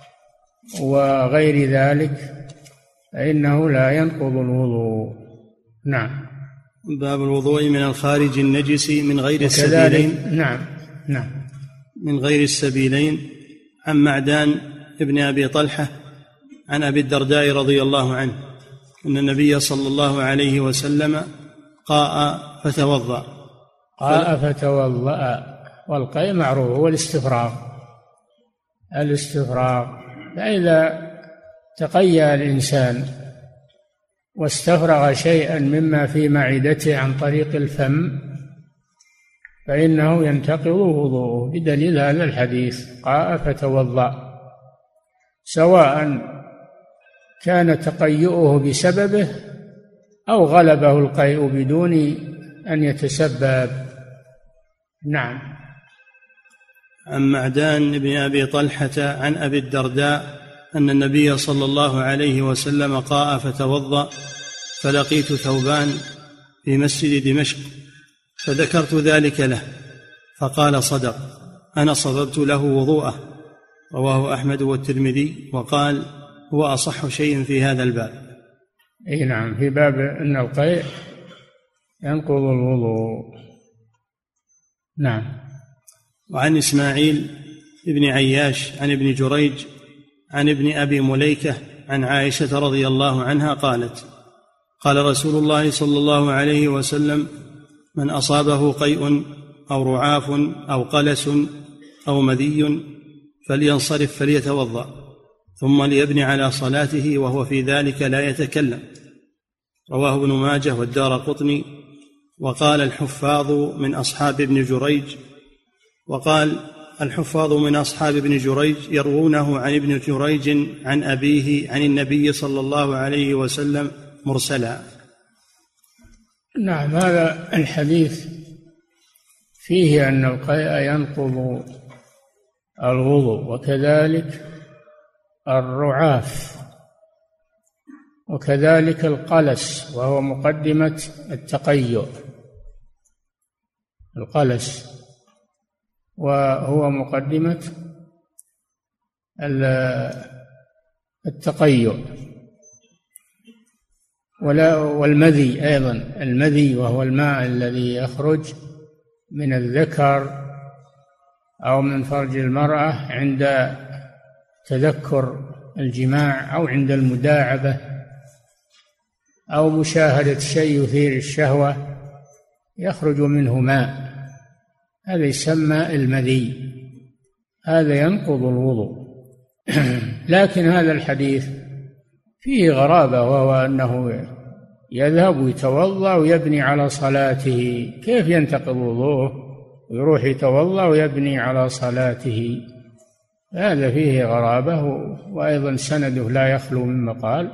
وغير ذلك فإنه لا ينقض الوضوء. نعم. باب الوضوء من الخارج النجس من غير السبيلين. نعم نعم. من غير السبيلين. عن معدان ابن أبي طلحة عن أبي الدرداء رضي الله عنه أن النبي صلى الله عليه وسلم قاء فتوضأ. قاء فتوضأ، والقيء معروف هو الاستفراغ. الاستفراغ فإذا تقيأ الإنسان واستفرغ شيئا مما في معدته عن طريق الفم فإنه ينتقض وضوءه بدليل هذا الحديث قاء فتوضأ، سواء كان تقيؤه بسببه أو غلبه القيء بدون أن يتسبب. نعم. عن معدان بن أبي طلحة عن أبي الدرداء أن النبي صلى الله عليه وسلم قاء فتوضأ، فلقيت ثوبان في مسجد دمشق فذكرت ذلك له فقال صدق، أنا صببت له وضوءه. رواه أحمد والترمذي وقال هو أصح شيء في هذا الباب. أي نعم، في باب أن القيء ينقض الوضوء. نعم. وعن إسماعيل بن عياش عن ابن جريج عن ابن أبي مليكة عن عائشة رضي الله عنها قالت قال رسول الله صلى الله عليه وسلم من أصابه قيء أو رعاف أو قلس أو مذي فلينصرف فليتوضأ ثم ليبني على صلاته وهو في ذلك لا يتكلم. رواه ابن ماجه والدارقطني. وقال الحفاظ من أصحاب ابن جريج وقال الحفاظ من أصحاب ابن جريج يروونه عن ابن جريج عن أبيه عن النبي صلى الله عليه وسلم مرسلا. نعم. هذا الحديث فيه أن القيء ينقض الوضوء، وكذلك الرعاف، وكذلك القلس وهو مقدمة التقيؤ. القلس وهو مقدمة التقيؤ. ولا والمذي أيضا، المذي وهو الماء الذي يخرج من الذكر أو من فرج المرأة عند تذكر الجماع أو عند المداعبة أو مشاهدة شيء يثير الشهوة يخرج منه ماء، هذا يسمى المذي، هذا ينقض الوضوء. لكن هذا الحديث فيه غرابة، وهو أنه يذهب ويتوضأ ويبني على صلاته. كيف ينتقض وضوءه ويروح يتوضأ ويبني على صلاته؟ هذا فيه غرابة، وأيضا سنده لا يخلو من مقال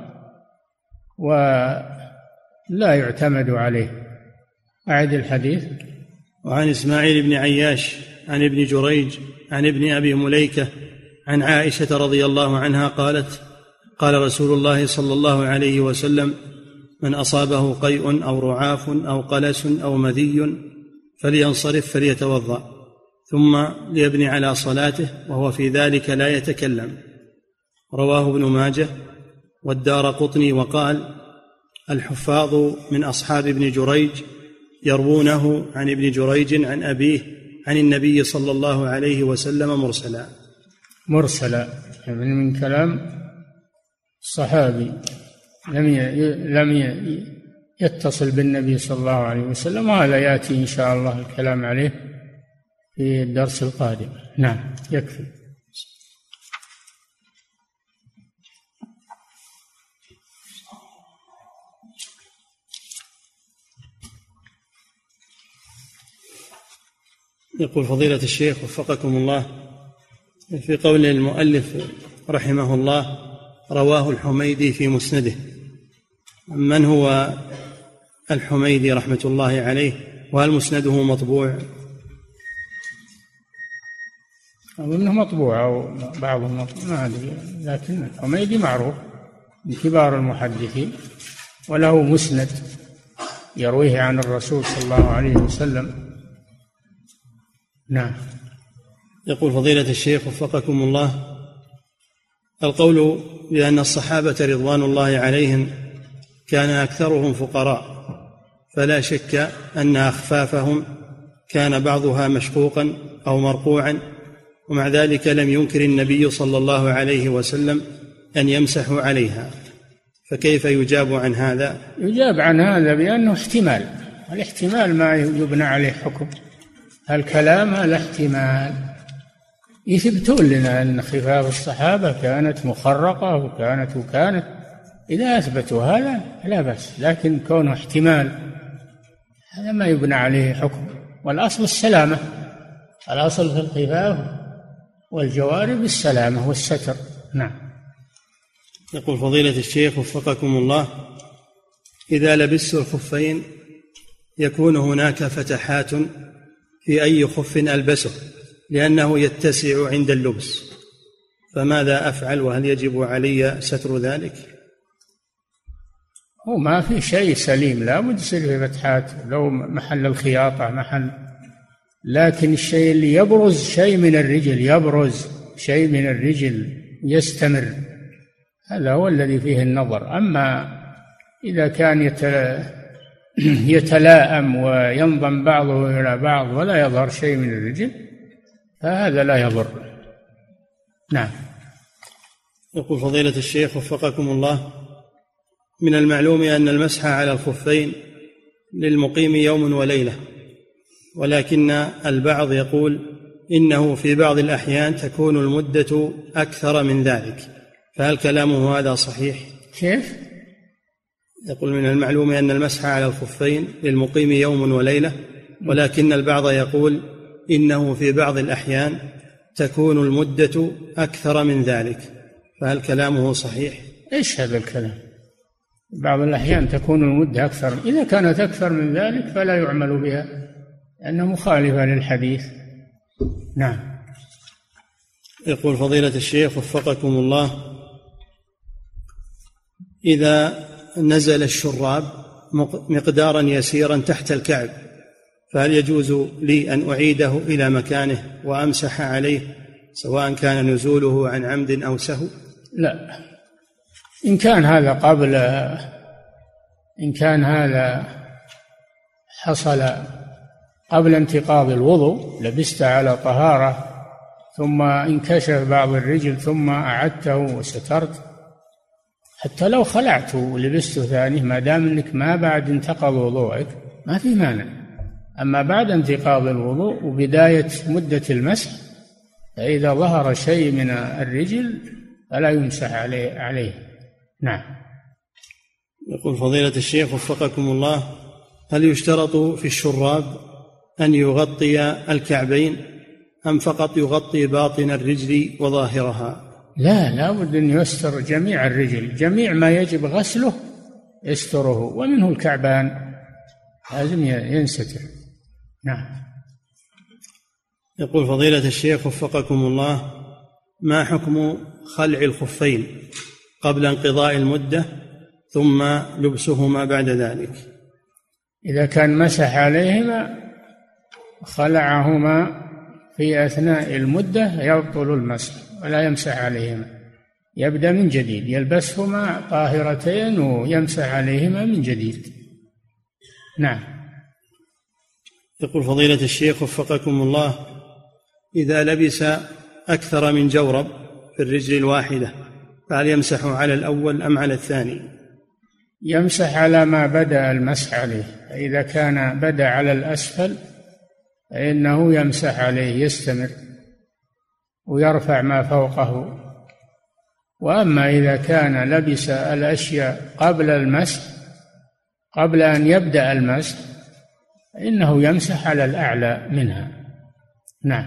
ولا يعتمد عليه. أعد الحديث. وعن إسماعيل بن عياش عن ابن جريج عن ابن أبي مليكة عن عائشة رضي الله عنها قالت قال رسول الله صلى الله عليه وسلم من أصابه قيء أو رعاف أو قلس أو مذي فلينصرف فليتوضأ ثم ليبني على صلاته وهو في ذلك لا يتكلم. رواه ابن ماجه والدارقطني. وقال الحفاظ من أصحاب ابن جريج يروونه عن ابن جريج عن أبيه عن النبي صلى الله عليه وسلم مرسلا. مرسلا يعني من كلام الصحابي لم لم يتصل بالنبي صلى الله عليه وسلم، وهذا يأتي إن شاء الله الكلام عليه في الدرس القادم. نعم، يكفي. يقول فضيلة الشيخ وفقكم الله، في قول المؤلف رحمه الله رواه الحميدي في مسنده، من هو الحميدي رحمة الله عليه؟ وهل مسنده مطبوع؟ أظنه مطبوع أو بعضه مطبوع، ما أدري، لكن الحميدي معروف من كبار المحدثين، وله مسند يرويه عن الرسول صلى الله عليه وسلم. نعم. يقول فضيلة الشيخ وفقكم الله: القول بأن الصحابة رضوان الله عليهم كان أكثرهم فقراء، فلا شك أن أخفافهم كان بعضها مشقوقا أو مرقوعا، ومع ذلك لم ينكر النبي صلى الله عليه وسلم أن يمسحوا عليها، فكيف يجاب عن هذا؟ يجاب عن هذا بأنه احتمال، الاحتمال ما يبنى عليه حكم، الكلام هذا احتمال. يثبتون لنا أن خفاف الصحابة كانت مخرقة وكانت وكانت، إذا أثبتوا هذا لا بأس، لكن كونه احتمال هذا ما يبنى عليه حكم، والأصل السلامة، الأصل في الخفاف والجوارب السلامة والستر. نعم. يقول فضيلة الشيخ وفقكم الله: إذا لبست الخفين يكون هناك فتحات في أي خف ألبسه لأنه يتسع عند اللبس، فماذا أفعل؟ وهل يجب علي ستر ذلك؟ هو ما في شيء سليم لا بد يصير في فتحات، لو محل الخياطة محل، لكن الشيء اللي يبرز شيء من الرجل، يبرز شيء من الرجل يستمر، هذا هو الذي فيه النظر. أما إذا كان يتلائم وينضم بعضه إلى بعض ولا يظهر شيء من الرجل فهذا لا يضر. نعم. يقول فضيلة الشيخ وفقكم الله: من المعلوم أن المسح على الخفين للمقيم يوم وليلة، ولكن البعض يقول إنه في بعض الأحيان تكون المدة أكثر من ذلك، فهل كلامه هذا صحيح؟ كيف؟ يقول من المعلوم أن المسح على الخفين للمقيم يوم وليلة، ولكن البعض يقول إنه في بعض الأحيان تكون المدة أكثر من ذلك، فهل كلامه صحيح؟ إيش هذا الكلام؟ بعض الأحيان تكون المدة أكثر، إذا كانت أكثر من ذلك فلا يعمل بها لأنها مخالفة للحديث. نعم. يقول فضيلة الشيخ وفقكم الله: إذا نزل الشراب مقدارا يسيرا تحت الكعب فهل يجوز لي أن أعيده إلى مكانه وأمسح عليه سواء كان نزوله عن عمد أو سهو؟ لا، إن كان هذا قبل إن كان هذا حصل قبل انتقاض الوضوء، لبست على طهارة ثم انكشف بعض الرجل ثم أعدته وسترت، حتى لو خلعته ولبسته ثاني ما دام انك ما بعد انتقض وضوءك ما في مانع. أما بعد انتقاض الوضوء وبداية مدة المسح فإذا ظهر شيء من الرجل فلا يمسح عليه, عليه. نعم. يقول فضيلة الشيخ وفقكم الله: هل يشترط في الشراب أن يغطي الكعبين أم فقط يغطي باطن الرجل وظاهرها؟ لا، لا بد أن يستر جميع الرجل، جميع ما يجب غسله يستره، ومنه الكعبان لازم ينستر. نعم. يقول فضيلة الشيخ وفقكم الله: ما حكم خلع الخفين قبل انقضاء المدة ثم لبسهما بعد ذلك؟ إذا كان مسح عليهما خلعهما في أثناء المدة يبطل المسح ولا يمسح عليهما، يبدأ من جديد، يلبسهما طاهرتين ويمسح عليهما من جديد. نعم. يقول فضيلة الشيخ وفقكم الله: إذا لبس أكثر من جورب في الرجل الواحدة فهل يمسح على الأول أم على الثاني؟ يمسح على ما بدأ المسح عليه، إذا كان بدأ على الأسفل فإنه يمسح عليه يستمر ويرفع ما فوقه، وأما إذا كان لبس الأشياء قبل المسح قبل أن يبدأ المسح فإنه يمسح على الأعلى منها. نعم.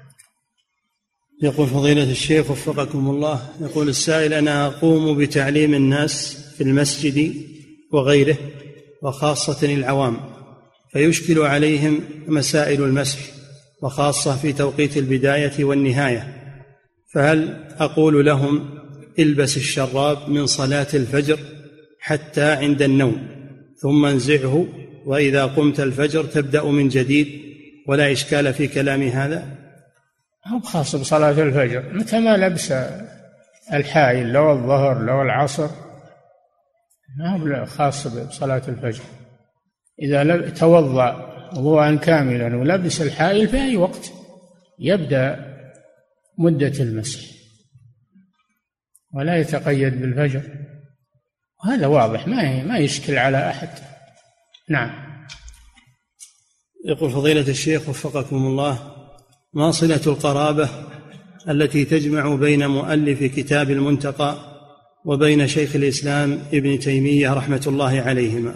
يقول فضيلة الشيخ وفقكم الله: يقول السائل: أنا أقوم بتعليم الناس في المسجد وغيره وخاصة العوام، فيشكل عليهم مسائل المسح وخاصة في توقيت البداية والنهاية، فهل أقول لهم البس الشراب من صلاة الفجر حتى عند النوم ثم انزعه، وإذا قمت الفجر تبدأ من جديد، ولا إشكال في كلام هذا؟ هو خاص بصلاة الفجر، متى ما لبس الحائل لو الظهر لو العصر، ما هو خاص بصلاة الفجر. إذا توضأ وضوءا كاملا ولبس الحائل في أي وقت يبدأ مدة المسح، ولا يتقيد بالفجر، وهذا واضح ما ما يشكل على أحد. نعم. يقول فضيلة الشيخ وفقكم الله: ما صلة القرابة التي تجمع بين مؤلف كتاب المنتقى وبين شيخ الإسلام ابن تيمية رحمة الله عليهما؟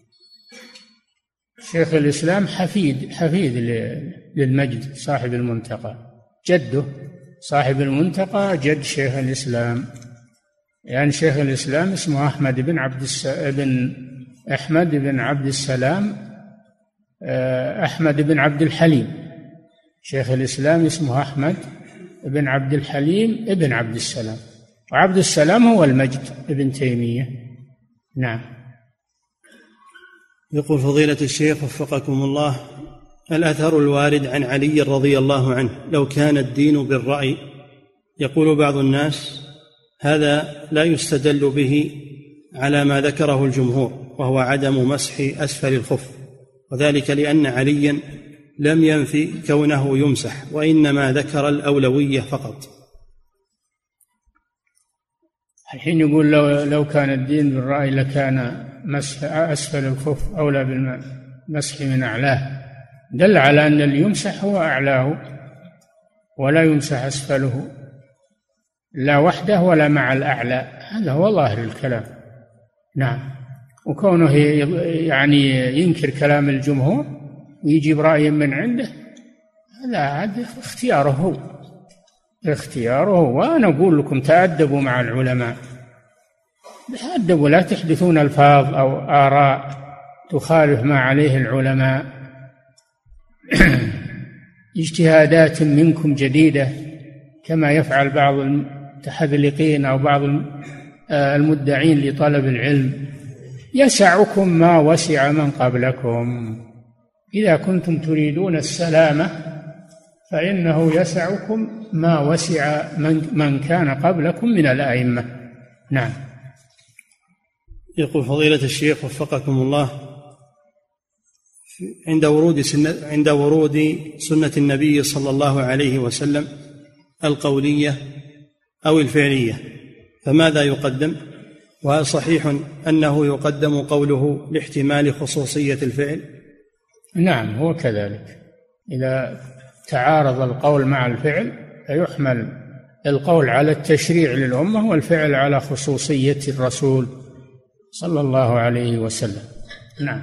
شيخ الإسلام حفيد حفيد للمجد صاحب المنتقى، جده صاحب المنتقى جد شيخ الإسلام، يعني شيخ الإسلام اسمه أحمد بن عبد الس... بن أحمد بن عبد السلام أحمد بن عبد الحليم. شيخ الإسلام اسمه أحمد بن عبد الحليم ابن عبد السلام، وعبد السلام هو المجد ابن تيمية. نعم. يقول فضيلة الشيخ وفقكم الله: الأثر الوارد عن علي رضي الله عنه لو كان الدين بالرأي، يقول بعض الناس هذا لا يستدل به على ما ذكره الجمهور، وهو عدم مسح أسفل الخف، وذلك لأن عليا لم ينفي كونه يمسح، وإنما ذكر الأولوية فقط. الحين يقول لو, لو كان الدين بالرأي لكان مسح أسفل الخف أولى بالمسح من أعلاه، دل على أن اللي يمسح هو أعلاه ولا يمسح أسفله، لا وحده ولا مع الأعلى، هذا هو ظاهر الكلام. نعم. وكونه يعني ينكر كلام الجمهور ويجيب رأي من عنده، هذا اختياره هو اختياره هو. وأنا أقول لكم تأدبوا مع العلماء، تأدبوا، لا تحدثون ألفاظ أو آراء تخالف ما عليه العلماء. اجتهادات منكم جديدة كما يفعل بعض المتحذلقين أو بعض المدعين لطلب العلم. يسعكم ما وسع من قبلكم، إذا كنتم تريدون السلامة فإنه يسعكم ما وسع من, من كان قبلكم من الأئمة. نعم. يقول فضيلة الشيخ وفقكم الله: عند ورود سنة, عند ورود سنة النبي صلى الله عليه وسلم القولية أو الفعلية فماذا يقدم؟ وهل صحيح أنه يقدم قوله لاحتمال خصوصية الفعل؟ نعم، هو كذلك. إذا تعارض القول مع الفعل فيحمل القول على التشريع للأمة والفعل على خصوصية الرسول صلى الله عليه وسلم. نعم.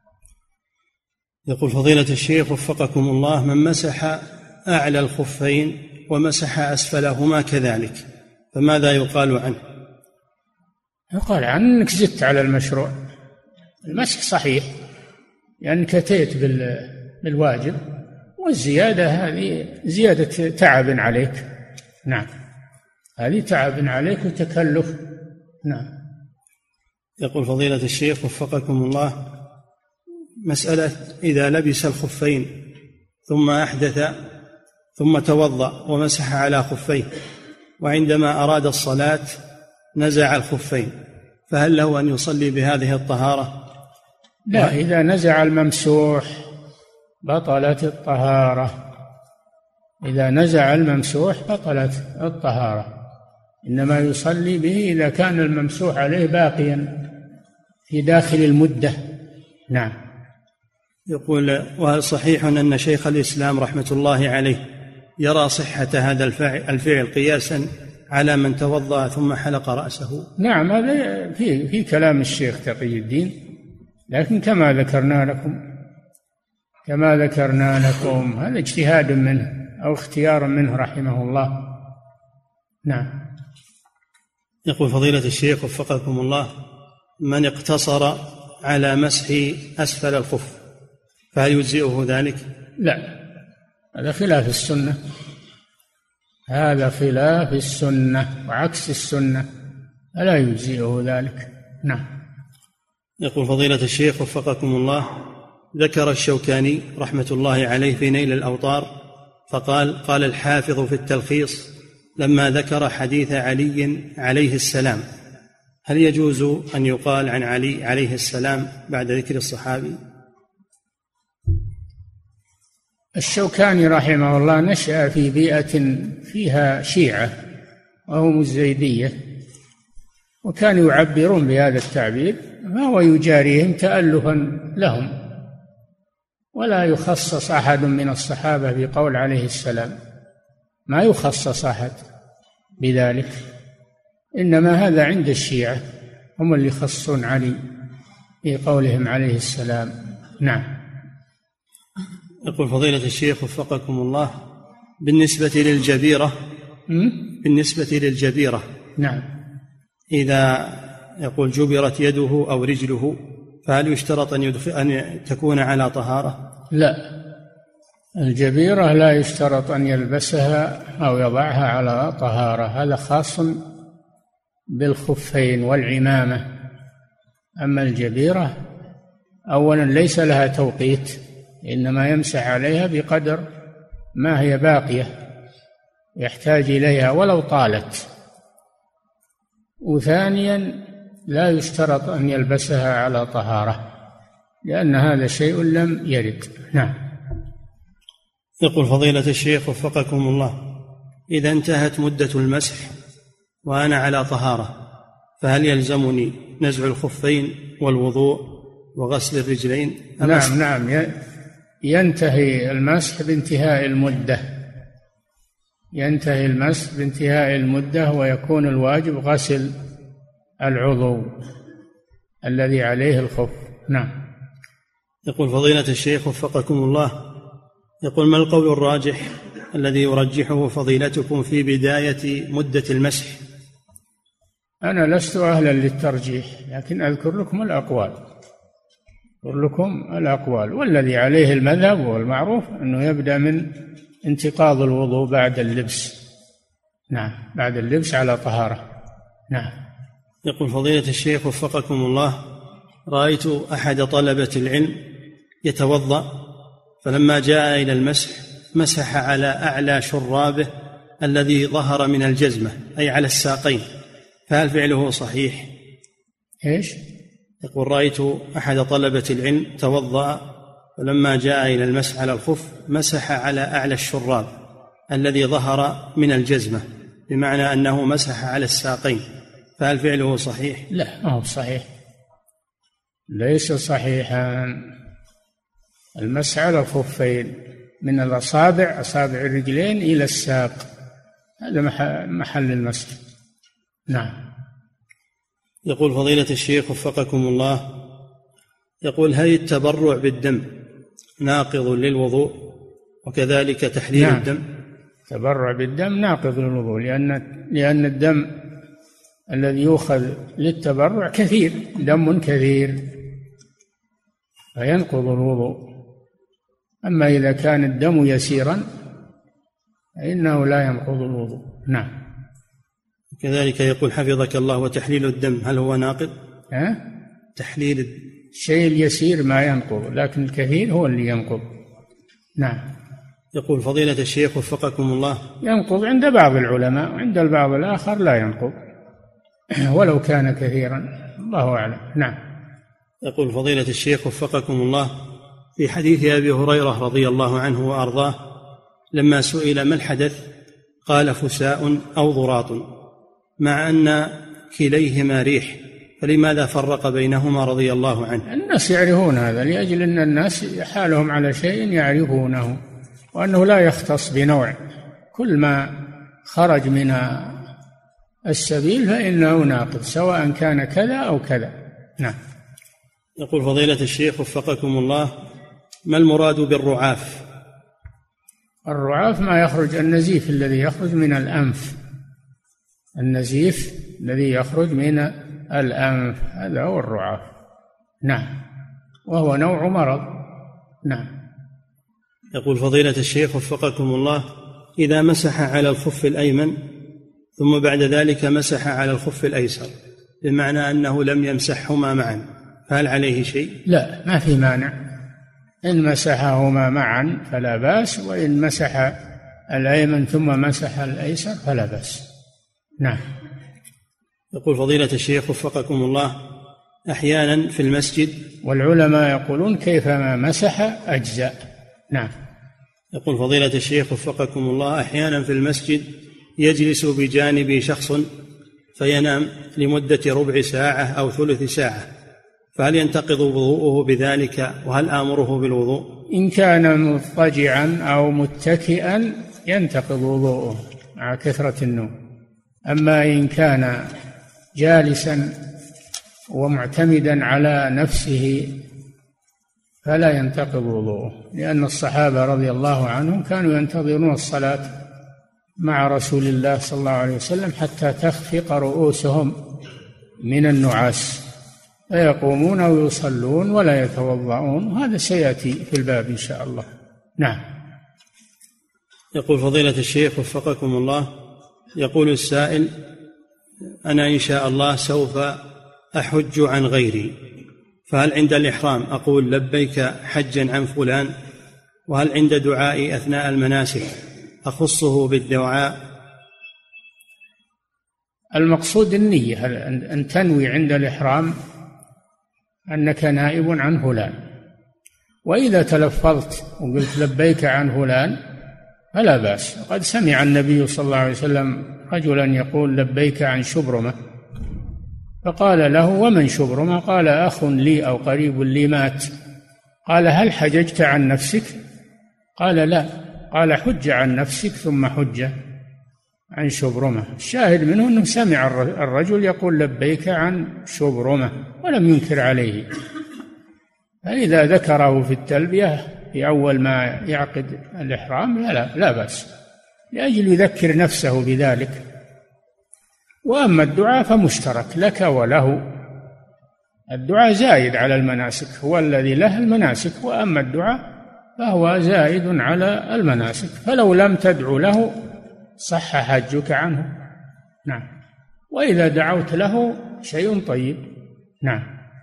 يقول فضيلة الشيخ وفقكم الله: من مسح أعلى الخفين ومسح أسفلهما كذلك فماذا يقال عنه؟ يقال عنه أنك زدت على المشروع. المسح صحيح لأنك يعني أتيت بالواجب، والزيادة هذه زيادة تعب عليك. نعم، هذه تعب عليك وتكلف. نعم. يقول فضيلة الشيخ وفقكم الله: مسألة إذا لبس الخفين ثم أحدث ثم توضأ ومسح على خفيه، وعندما أراد الصلاة نزع الخفين، فهل له أن يصلي بهذه الطهارة؟ لا، إذا نزع الممسوح بطلت الطهارة. إذا نزع الممسوح بطلت الطهارة، إنما يصلي به إذا كان الممسوح عليه باقيا في داخل المدة. نعم. يقول: وهل صحيح أن شيخ الإسلام رحمة الله عليه يرى صحة هذا الفعل قياسا على من توضأ ثم حلق رأسه؟ نعم، هذا في في كلام الشيخ تقي الدين، لكن كما ذكرنا لكم كما ذكرنا لكم هذا اجتهاد منه أو اختيار منه رحمه الله. نعم. يقول فضيلة الشيخ وفقكم الله: من اقتصر على مسح أسفل الخف فهل يجزئه ذلك؟ لا، هذا خلاف السنة. هذا خلاف السنة وعكس السنة، ألا يجزئه ذلك. نعم. يقول فضيلة الشيخ وفقكم الله: ذكر الشوكاني رحمة الله عليه في نيل الأوطار فقال: قال الحافظ في التلخيص لما ذكر حديث علي عليه السلام: هل يجوز أن يقال عن علي عليه السلام بعد ذكر الصحابي؟ الشوكاني رحمه الله نشأ في بيئة فيها شيعة وهم الزيدية، وكانوا يعبرون بهذا التعبير، فهو يجاريهم تألفا لهم، ولا يخصص أحد من الصحابة بقول عليه السلام، ما يخصص أحد بذلك، إنما هذا عند الشيعة هم اللي يخصون علي في قولهم عليه السلام. نعم. يقول فضيلة الشيخ وفقكم الله: بالنسبة للجبيرة بالنسبة للجبيرة نعم، إذا يقول جبرت يده أو رجله، فهل يشترط أن, أن تكون على طهارة؟ لا، الجبيرة لا يشترط أن يلبسها أو يضعها على طهارة، هذا خاص بالخفين والعمامة. أما الجبيرة أولا ليس لها توقيت، إنما يمسح عليها بقدر ما هي باقية يحتاج إليها ولو طالت، وثانيا لا يشترط أن يلبسها على طهارة، لأن هذا شيء لم يرد. نعم. يقول فضيلة الشيخ وفقكم الله: إذا انتهت مدة المسح وأنا على طهارة، فهل يلزمني نزع الخفين والوضوء وغسل الرجلين؟ نعم نعم، ينتهي المسح بانتهاء المدة، ينتهي المسح بانتهاء المدة، ويكون الواجب غسل العضو الذي عليه الخف. نعم. يقول فضيلة الشيخ وفقكم الله: يقول: ما القول الراجح الذي يرجحه فضيلتكم في بداية مدة المسح؟ أنا لست أهلا للترجيح، لكن أذكر لكم الأقوال أذكر لكم الأقوال والذي عليه المذهب والمعروف أنه يبدأ من انتقاض الوضوء بعد اللبس. نعم، بعد اللبس على طهارة. نعم. يقول فضيلة الشيخ وفقكم الله: رأيت أحد طلبة العلم يتوضأ، فلما جاء إلى المسح مسح على أعلى شرابه الذي ظهر من الجزمة، أي على الساقين، فهل فعله صحيح؟ إيش؟ يقول: رأيت أحد طلبة العلم توضأ، فلما جاء إلى المسح على الخف مسح على أعلى الشراب الذي ظهر من الجزمة، بمعنى أنه مسح على الساقين، فهل فعله صحيح؟ لا، ما هو صحيح، ليس صحيحا. المسح على الخفين من الأصابع، أصابع الرجلين إلى الساق، هذا محل المسح. نعم. يقول فضيلة الشيخ وفقكم الله: يقول: هل التبرع بالدم ناقض للوضوء وكذلك تحليل نعم. الدم؟ التبرع بالدم ناقض للوضوء، لأن لأن الدم الذي يؤخذ للتبرع كثير، دم كثير، فينقض الوضوء. أما إذا كان الدم يسيرا فإنه لا ينقض الوضوء. نعم. كذلك يقول حفظك الله: وتحليل الدم هل هو ناقض؟ ها؟ تحليل الشيء اليسير ما ينقض، لكن الكثير هو اللي ينقض. نعم. يقول فضيلة الشيخ وفقكم الله: ينقض عند بعض العلماء، وعند البعض الآخر لا ينقض ولو كان كثيرا، الله أعلم. نعم. يقول فضيلة الشيخ وفقكم الله: في حديث أبي هريرة رضي الله عنه وأرضاه لما سئل ما الحدث قال: فساء أو ضراط، مع أن كليهما ريح، فلماذا فرق بينهما رضي الله عنه؟ الناس يعرفون هذا، لأجل أن الناس حالهم على شيء يعرفونه، وأنه لا يختص بنوع، كل ما خرج من السبيل فإنه ناقض، سواء كان كذا أو كذا. نعم. يقول فضيلة الشيخ وفقكم الله: ما المراد بالرعاف؟ الرعاف ما يخرج، النزيف الذي يخرج من الأنف، النزيف الذي يخرج من الأنف، هذا هو الرعاف. نعم، وهو نوع مرض. نعم. يقول فضيلة الشيخ وفقكم الله: إذا مسح على الخف الأيمن ثم بعد ذلك مسح على الخف الأيسر، بمعنى أنه لم يمسحهما معا، فهل عليه شيء؟ لا، ما في مانع، إن مسحهما معا فلا بأس، وإن مسح الأيمن ثم مسح الأيسر فلا بأس. نعم. يقول فضيلة الشيخ وفقكم الله، أحيانا في المسجد، والعلماء يقولون كيفما مسح أجزاء. نعم. يقول فضيلة الشيخ وفقكم الله، أحيانا في المسجد يجلس بجانبي شخص فينام لمدة ربع ساعة أو ثلث ساعة، فهل ينتقض وضوءه بذلك، وهل آمره بالوضوء؟ إن كان مضطجعا أو متكئا ينتقض وضوءه مع كثرة النوم، أما إن كان جالسا ومعتمدا على نفسه فلا ينتقض وضوءه، لأن الصحابة رضي الله عنهم كانوا ينتظرون الصلاة مع رسول الله صلى الله عليه وسلم حتى تخفق رؤوسهم من النعاس، فيقومون ويصلون ولا يتوضؤون، وهذا سيأتي في الباب إن شاء الله. نعم. يقول فضيلة الشيخ وفقكم الله، يقول السائل: أنا إن شاء الله سوف أحج عن غيري، فهل عند الإحرام أقول لبيك حجا عن فلان؟ وهل عند دعائي أثناء المناسك أخصه بالدعاء؟ المقصود النية، أن تنوي عند الإحرام أنك نائب عن فلان، وإذا تلفظت وقلت لبيك عن فلان فلا بأس. قد سمع النبي صلى الله عليه وسلم رجلا يقول لبيك عن شبرمة، فقال له: ومن شبرمة؟ قال: أخ لي أو قريب لي مات. قال: هل حججت عن نفسك؟ قال: لا. قال: حج عن نفسك ثم حج عن شبرمة. الشاهد منه أنه سمع الرجل يقول لبيك عن شبرمة ولم ينكر عليه، فإذا ذكره في التلبية في أول ما يعقد الإحرام لا, لا بأس، لأجل يذكر نفسه بذلك. وأما الدعاء فمشترك لك وله، الدعاء زائد على المناسك، هو الذي له المناسك، وأما الدعاء فهو زائد على المناسك، فلو لم تدعو له صح حجك عنه. نعم. وإذا دعوت له شيء طيب. نعم.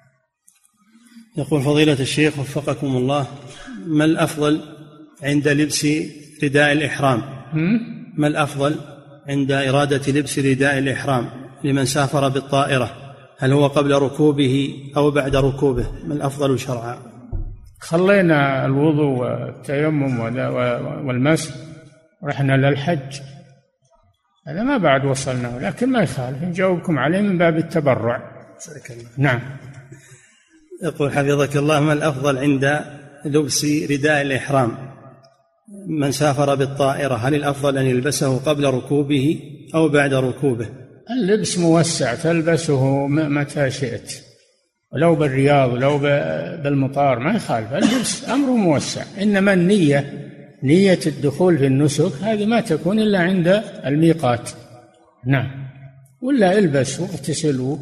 يقول فضيلة الشيخ وفقكم الله، ما الأفضل عند لبس رداء الإحرام؟ ما الأفضل عند إرادة لبس رداء الإحرام لمن سافر بالطائرة؟ هل هو قبل ركوبه أو بعد ركوبه؟ ما الأفضل شرعا؟ خلينا الوضوء والتيمم والمسح رحنا للحج، هذا ما بعد وصلنا، لكن ما يخالف نجاوبكم عليه من باب التبرع. نعم. يقول حفظك الله، ما الأفضل عند لبس رداء الإحرام من سافر بالطائرة؟ هل الأفضل أن يلبسه قبل ركوبه أو بعد ركوبه؟ اللبس موسع، تلبسه متى شئت، ولو بالرياض لو بالمطار ما يخالف، اللبس أمره موسع. إنما النية، نية الدخول في النسك هذه ما تكون إلا عند الميقات. نعم. ولا البس واغتسل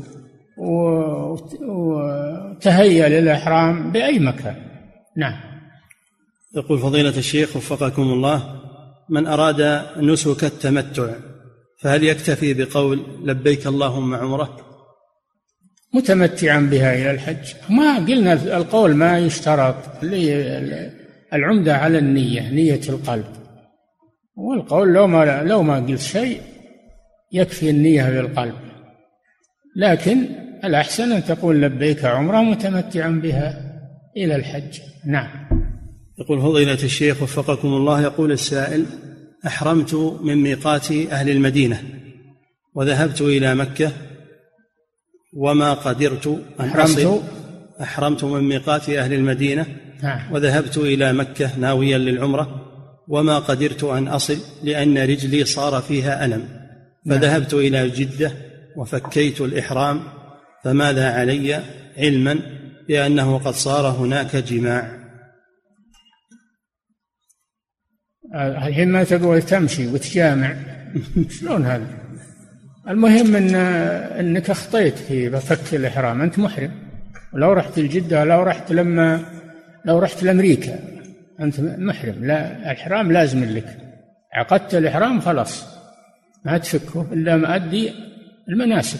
وتهيأ للإحرام بأي مكان. نعم. يقول فضيلة الشيخ وفقكم الله، من أراد نسك التمتع فهل يكتفي بقول لبيك اللهم عمره؟ متمتعا بها إلى الحج، ما قلنا القول ما يشترط، العمدة على النية، نية القلب، والقول لو ما لو ما قلت شيء يكفي النية بالقلب، لكن الأحسن أن تقول لبيك عمره متمتعا بها إلى الحج. نعم. يقول فضيلة الشيخ وفقكم الله، يقول السائل: أحرمت من ميقات أهل المدينة وذهبت إلى مكة وما قدرت أن أصل. أحرمت من ميقات أهل المدينة وذهبت إلى مكة ناويا للعمرة وما قدرت أن أصل لأن رجلي صار فيها ألم، فذهبت إلى جدة وفكيت الإحرام، فماذا علي علما بأنه قد صار هناك جماع؟ الحين ما تقول تمشي وتجامع شلون هذا؟ المهم إن أنك أخطيت في فك الإحرام، أنت محرم، ولو رحت الجدة لو رحت لما لو رحت لأمريكا أنت محرم، لا الإحرام لازم لك عقدت الإحرام خلاص ما تفكه إلا ما أدي المناسك.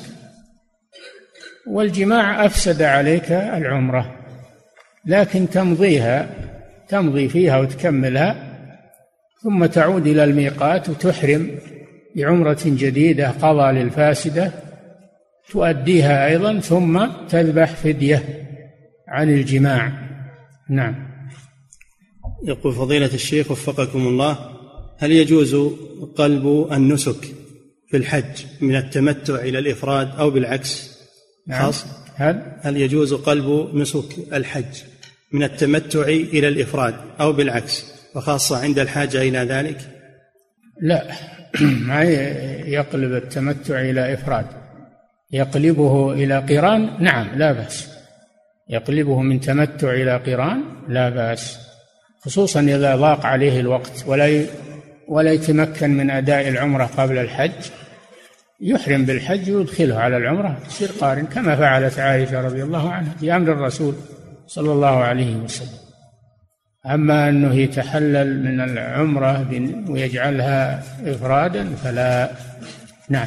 والجماع أفسد عليك العمرة، لكن تمضيها تمضي فيها وتكملها، ثم تعود إلى الميقات وتحرم بعمرة جديدة قضى للفاسدة تؤديها أيضا، ثم تذبح فدية عن الجماع. نعم. يقول فضيلة الشيخ وفقكم الله: هل يجوز قلب النسك في الحج من التمتع إلى الإفراد أو بالعكس؟ نعم. خاص هل هل يجوز قلب نسك الحج من التمتع إلى الإفراد أو بالعكس، وخاصة عند الحاجة إلى ذلك؟ لا، ما يقلب التمتع إلى إفراد، يقلبه إلى قران. نعم لا بأس، يقلبه من تمتع إلى قران لا بأس، خصوصا إذا ضاق عليه الوقت ولا ولا يتمكن من أداء العمرة قبل الحج، يحرم بالحج ويدخله على العمرة يصير قارن، كما فعلت عائشة رضي الله عنها في أمر الرسول صلى الله عليه وسلم. أما أنه يتحلل من العمرة ويجعلها إفرادا فلا. نعم.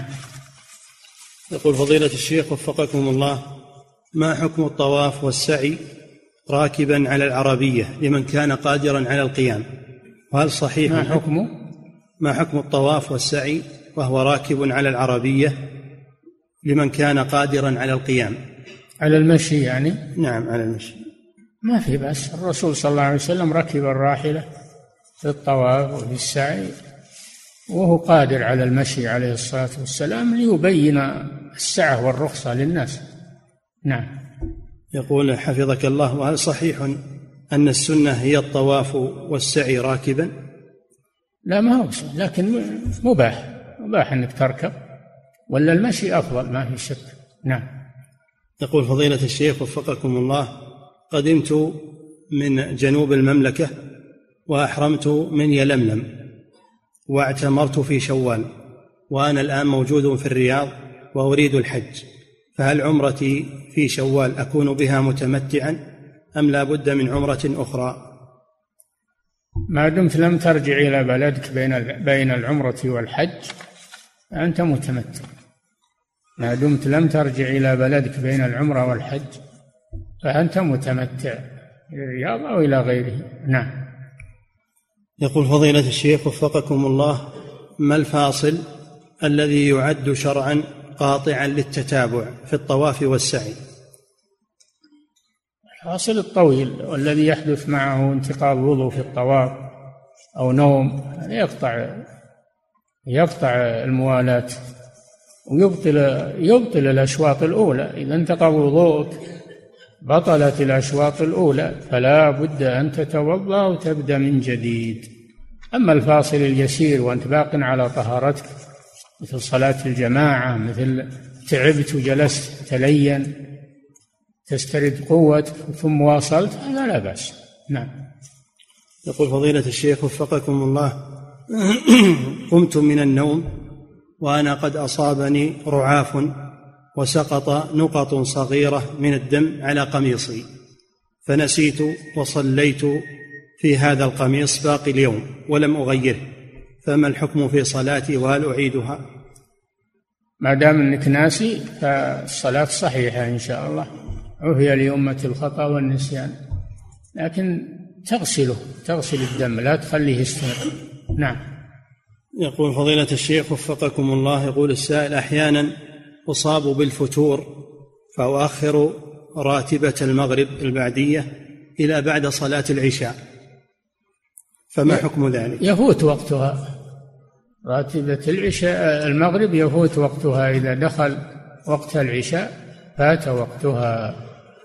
يقول فضيلة الشيخ وفقكم الله: ما حكم الطواف والسعي راكبا على العربية لمن كان قادرا على القيام؟ وهل صحيح ما حكمه ما حكم الطواف والسعي وهو راكب على العربية لمن كان قادرا على القيام؟ على المشي يعني؟ نعم على المشي. ما في بأس، الرسول صلى الله عليه وسلم ركب الراحلة في الطواف وفي السعي وهو قادر على المشي عليه الصلاة والسلام ليبين السعة والرخصة للناس. نعم. يقول حفظك الله: وهل صحيح أن السنة هي الطواف والسعي راكبا؟ لا ما هو، لكن مباح مباح أنك تركب، ولا المشي أفضل ما في شك. نعم. يقول فضيلة الشيخ وفقكم الله: قدمت من جنوب المملكة وأحرمت من يلملم واعتمرت في شوال، وأنا الآن موجود في الرياض وأريد الحج، فهل عمرتي في شوال أكون بها متمتعا أم لا بد من عمرة أخرى؟ ما دمت لم ترجع إلى بلدك بين بين العمرة والحج أنت متمتع. ما دمت لم ترجع إلى بلدك بين العمرة والحج فأنت متمتع إلى الرياض أو إلى غيره. نعم. يقول فضيلة الشيخ وفقكم الله: ما الفاصل الذي يعد شرعا قاطعا للتتابع في الطواف والسعي؟ الفاصل الطويل والذي يحدث معه انتقاض وضوء في الطواف أو نوم يقطع يقطع الموالاة ويبطل يبطل الأشواط الأولى. إذا انتقض وضوءك بطلت الأشواط الأولى، فلا بد أن تتوضأ وتبدأ من جديد. أما الفاصل اليسير وأنت باق على طهارتك مثل صلاة الجماعة، مثل تعبت وجلست تلين تسترد قوتك ثم واصلت، هذا لا بأس. نعم. يقول فضيلة الشيخ وفقكم الله: قمت من النوم وأنا قد أصابني رعاف وسقط نقط صغيرة من الدم على قميصي، فنسيت وصليت في هذا القميص باقي اليوم ولم أغيره، فما الحكم في صلاتي وهل أعيدها؟ ما دام أنك ناسي فالصلاة صحيحة إن شاء الله، عفي لأمة الخطأ والنسيان، لكن تغسله تغسل الدم لا تخليه يستمر. نعم. يقول فضيلة الشيخ وفقكم الله: يقول السائل: أحيانا أصاب بالفتور فأؤخر راتبة المغرب البعدية إلى بعد صلاة العشاء، فما حكم ذلك؟ يفوت وقتها، راتبة العشاء المغرب يفوت وقتها، إذا دخل وقت العشاء فات وقتها،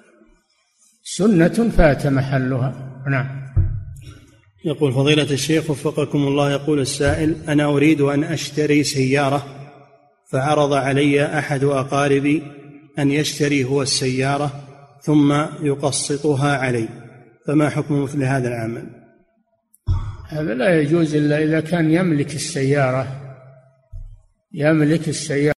سنة فات محلها. نعم. يقول فضيلة الشيخ وفقكم الله: يقول السائل: أنا أريد أن أشتري سيارة، فعرض علي أحد أقاربي أن يشتري هو السيارة ثم يقسطها علي، فما حكم مثل هذا العمل؟ هذا لا يجوز إلا إذا كان يملك السيارة يملك السيارة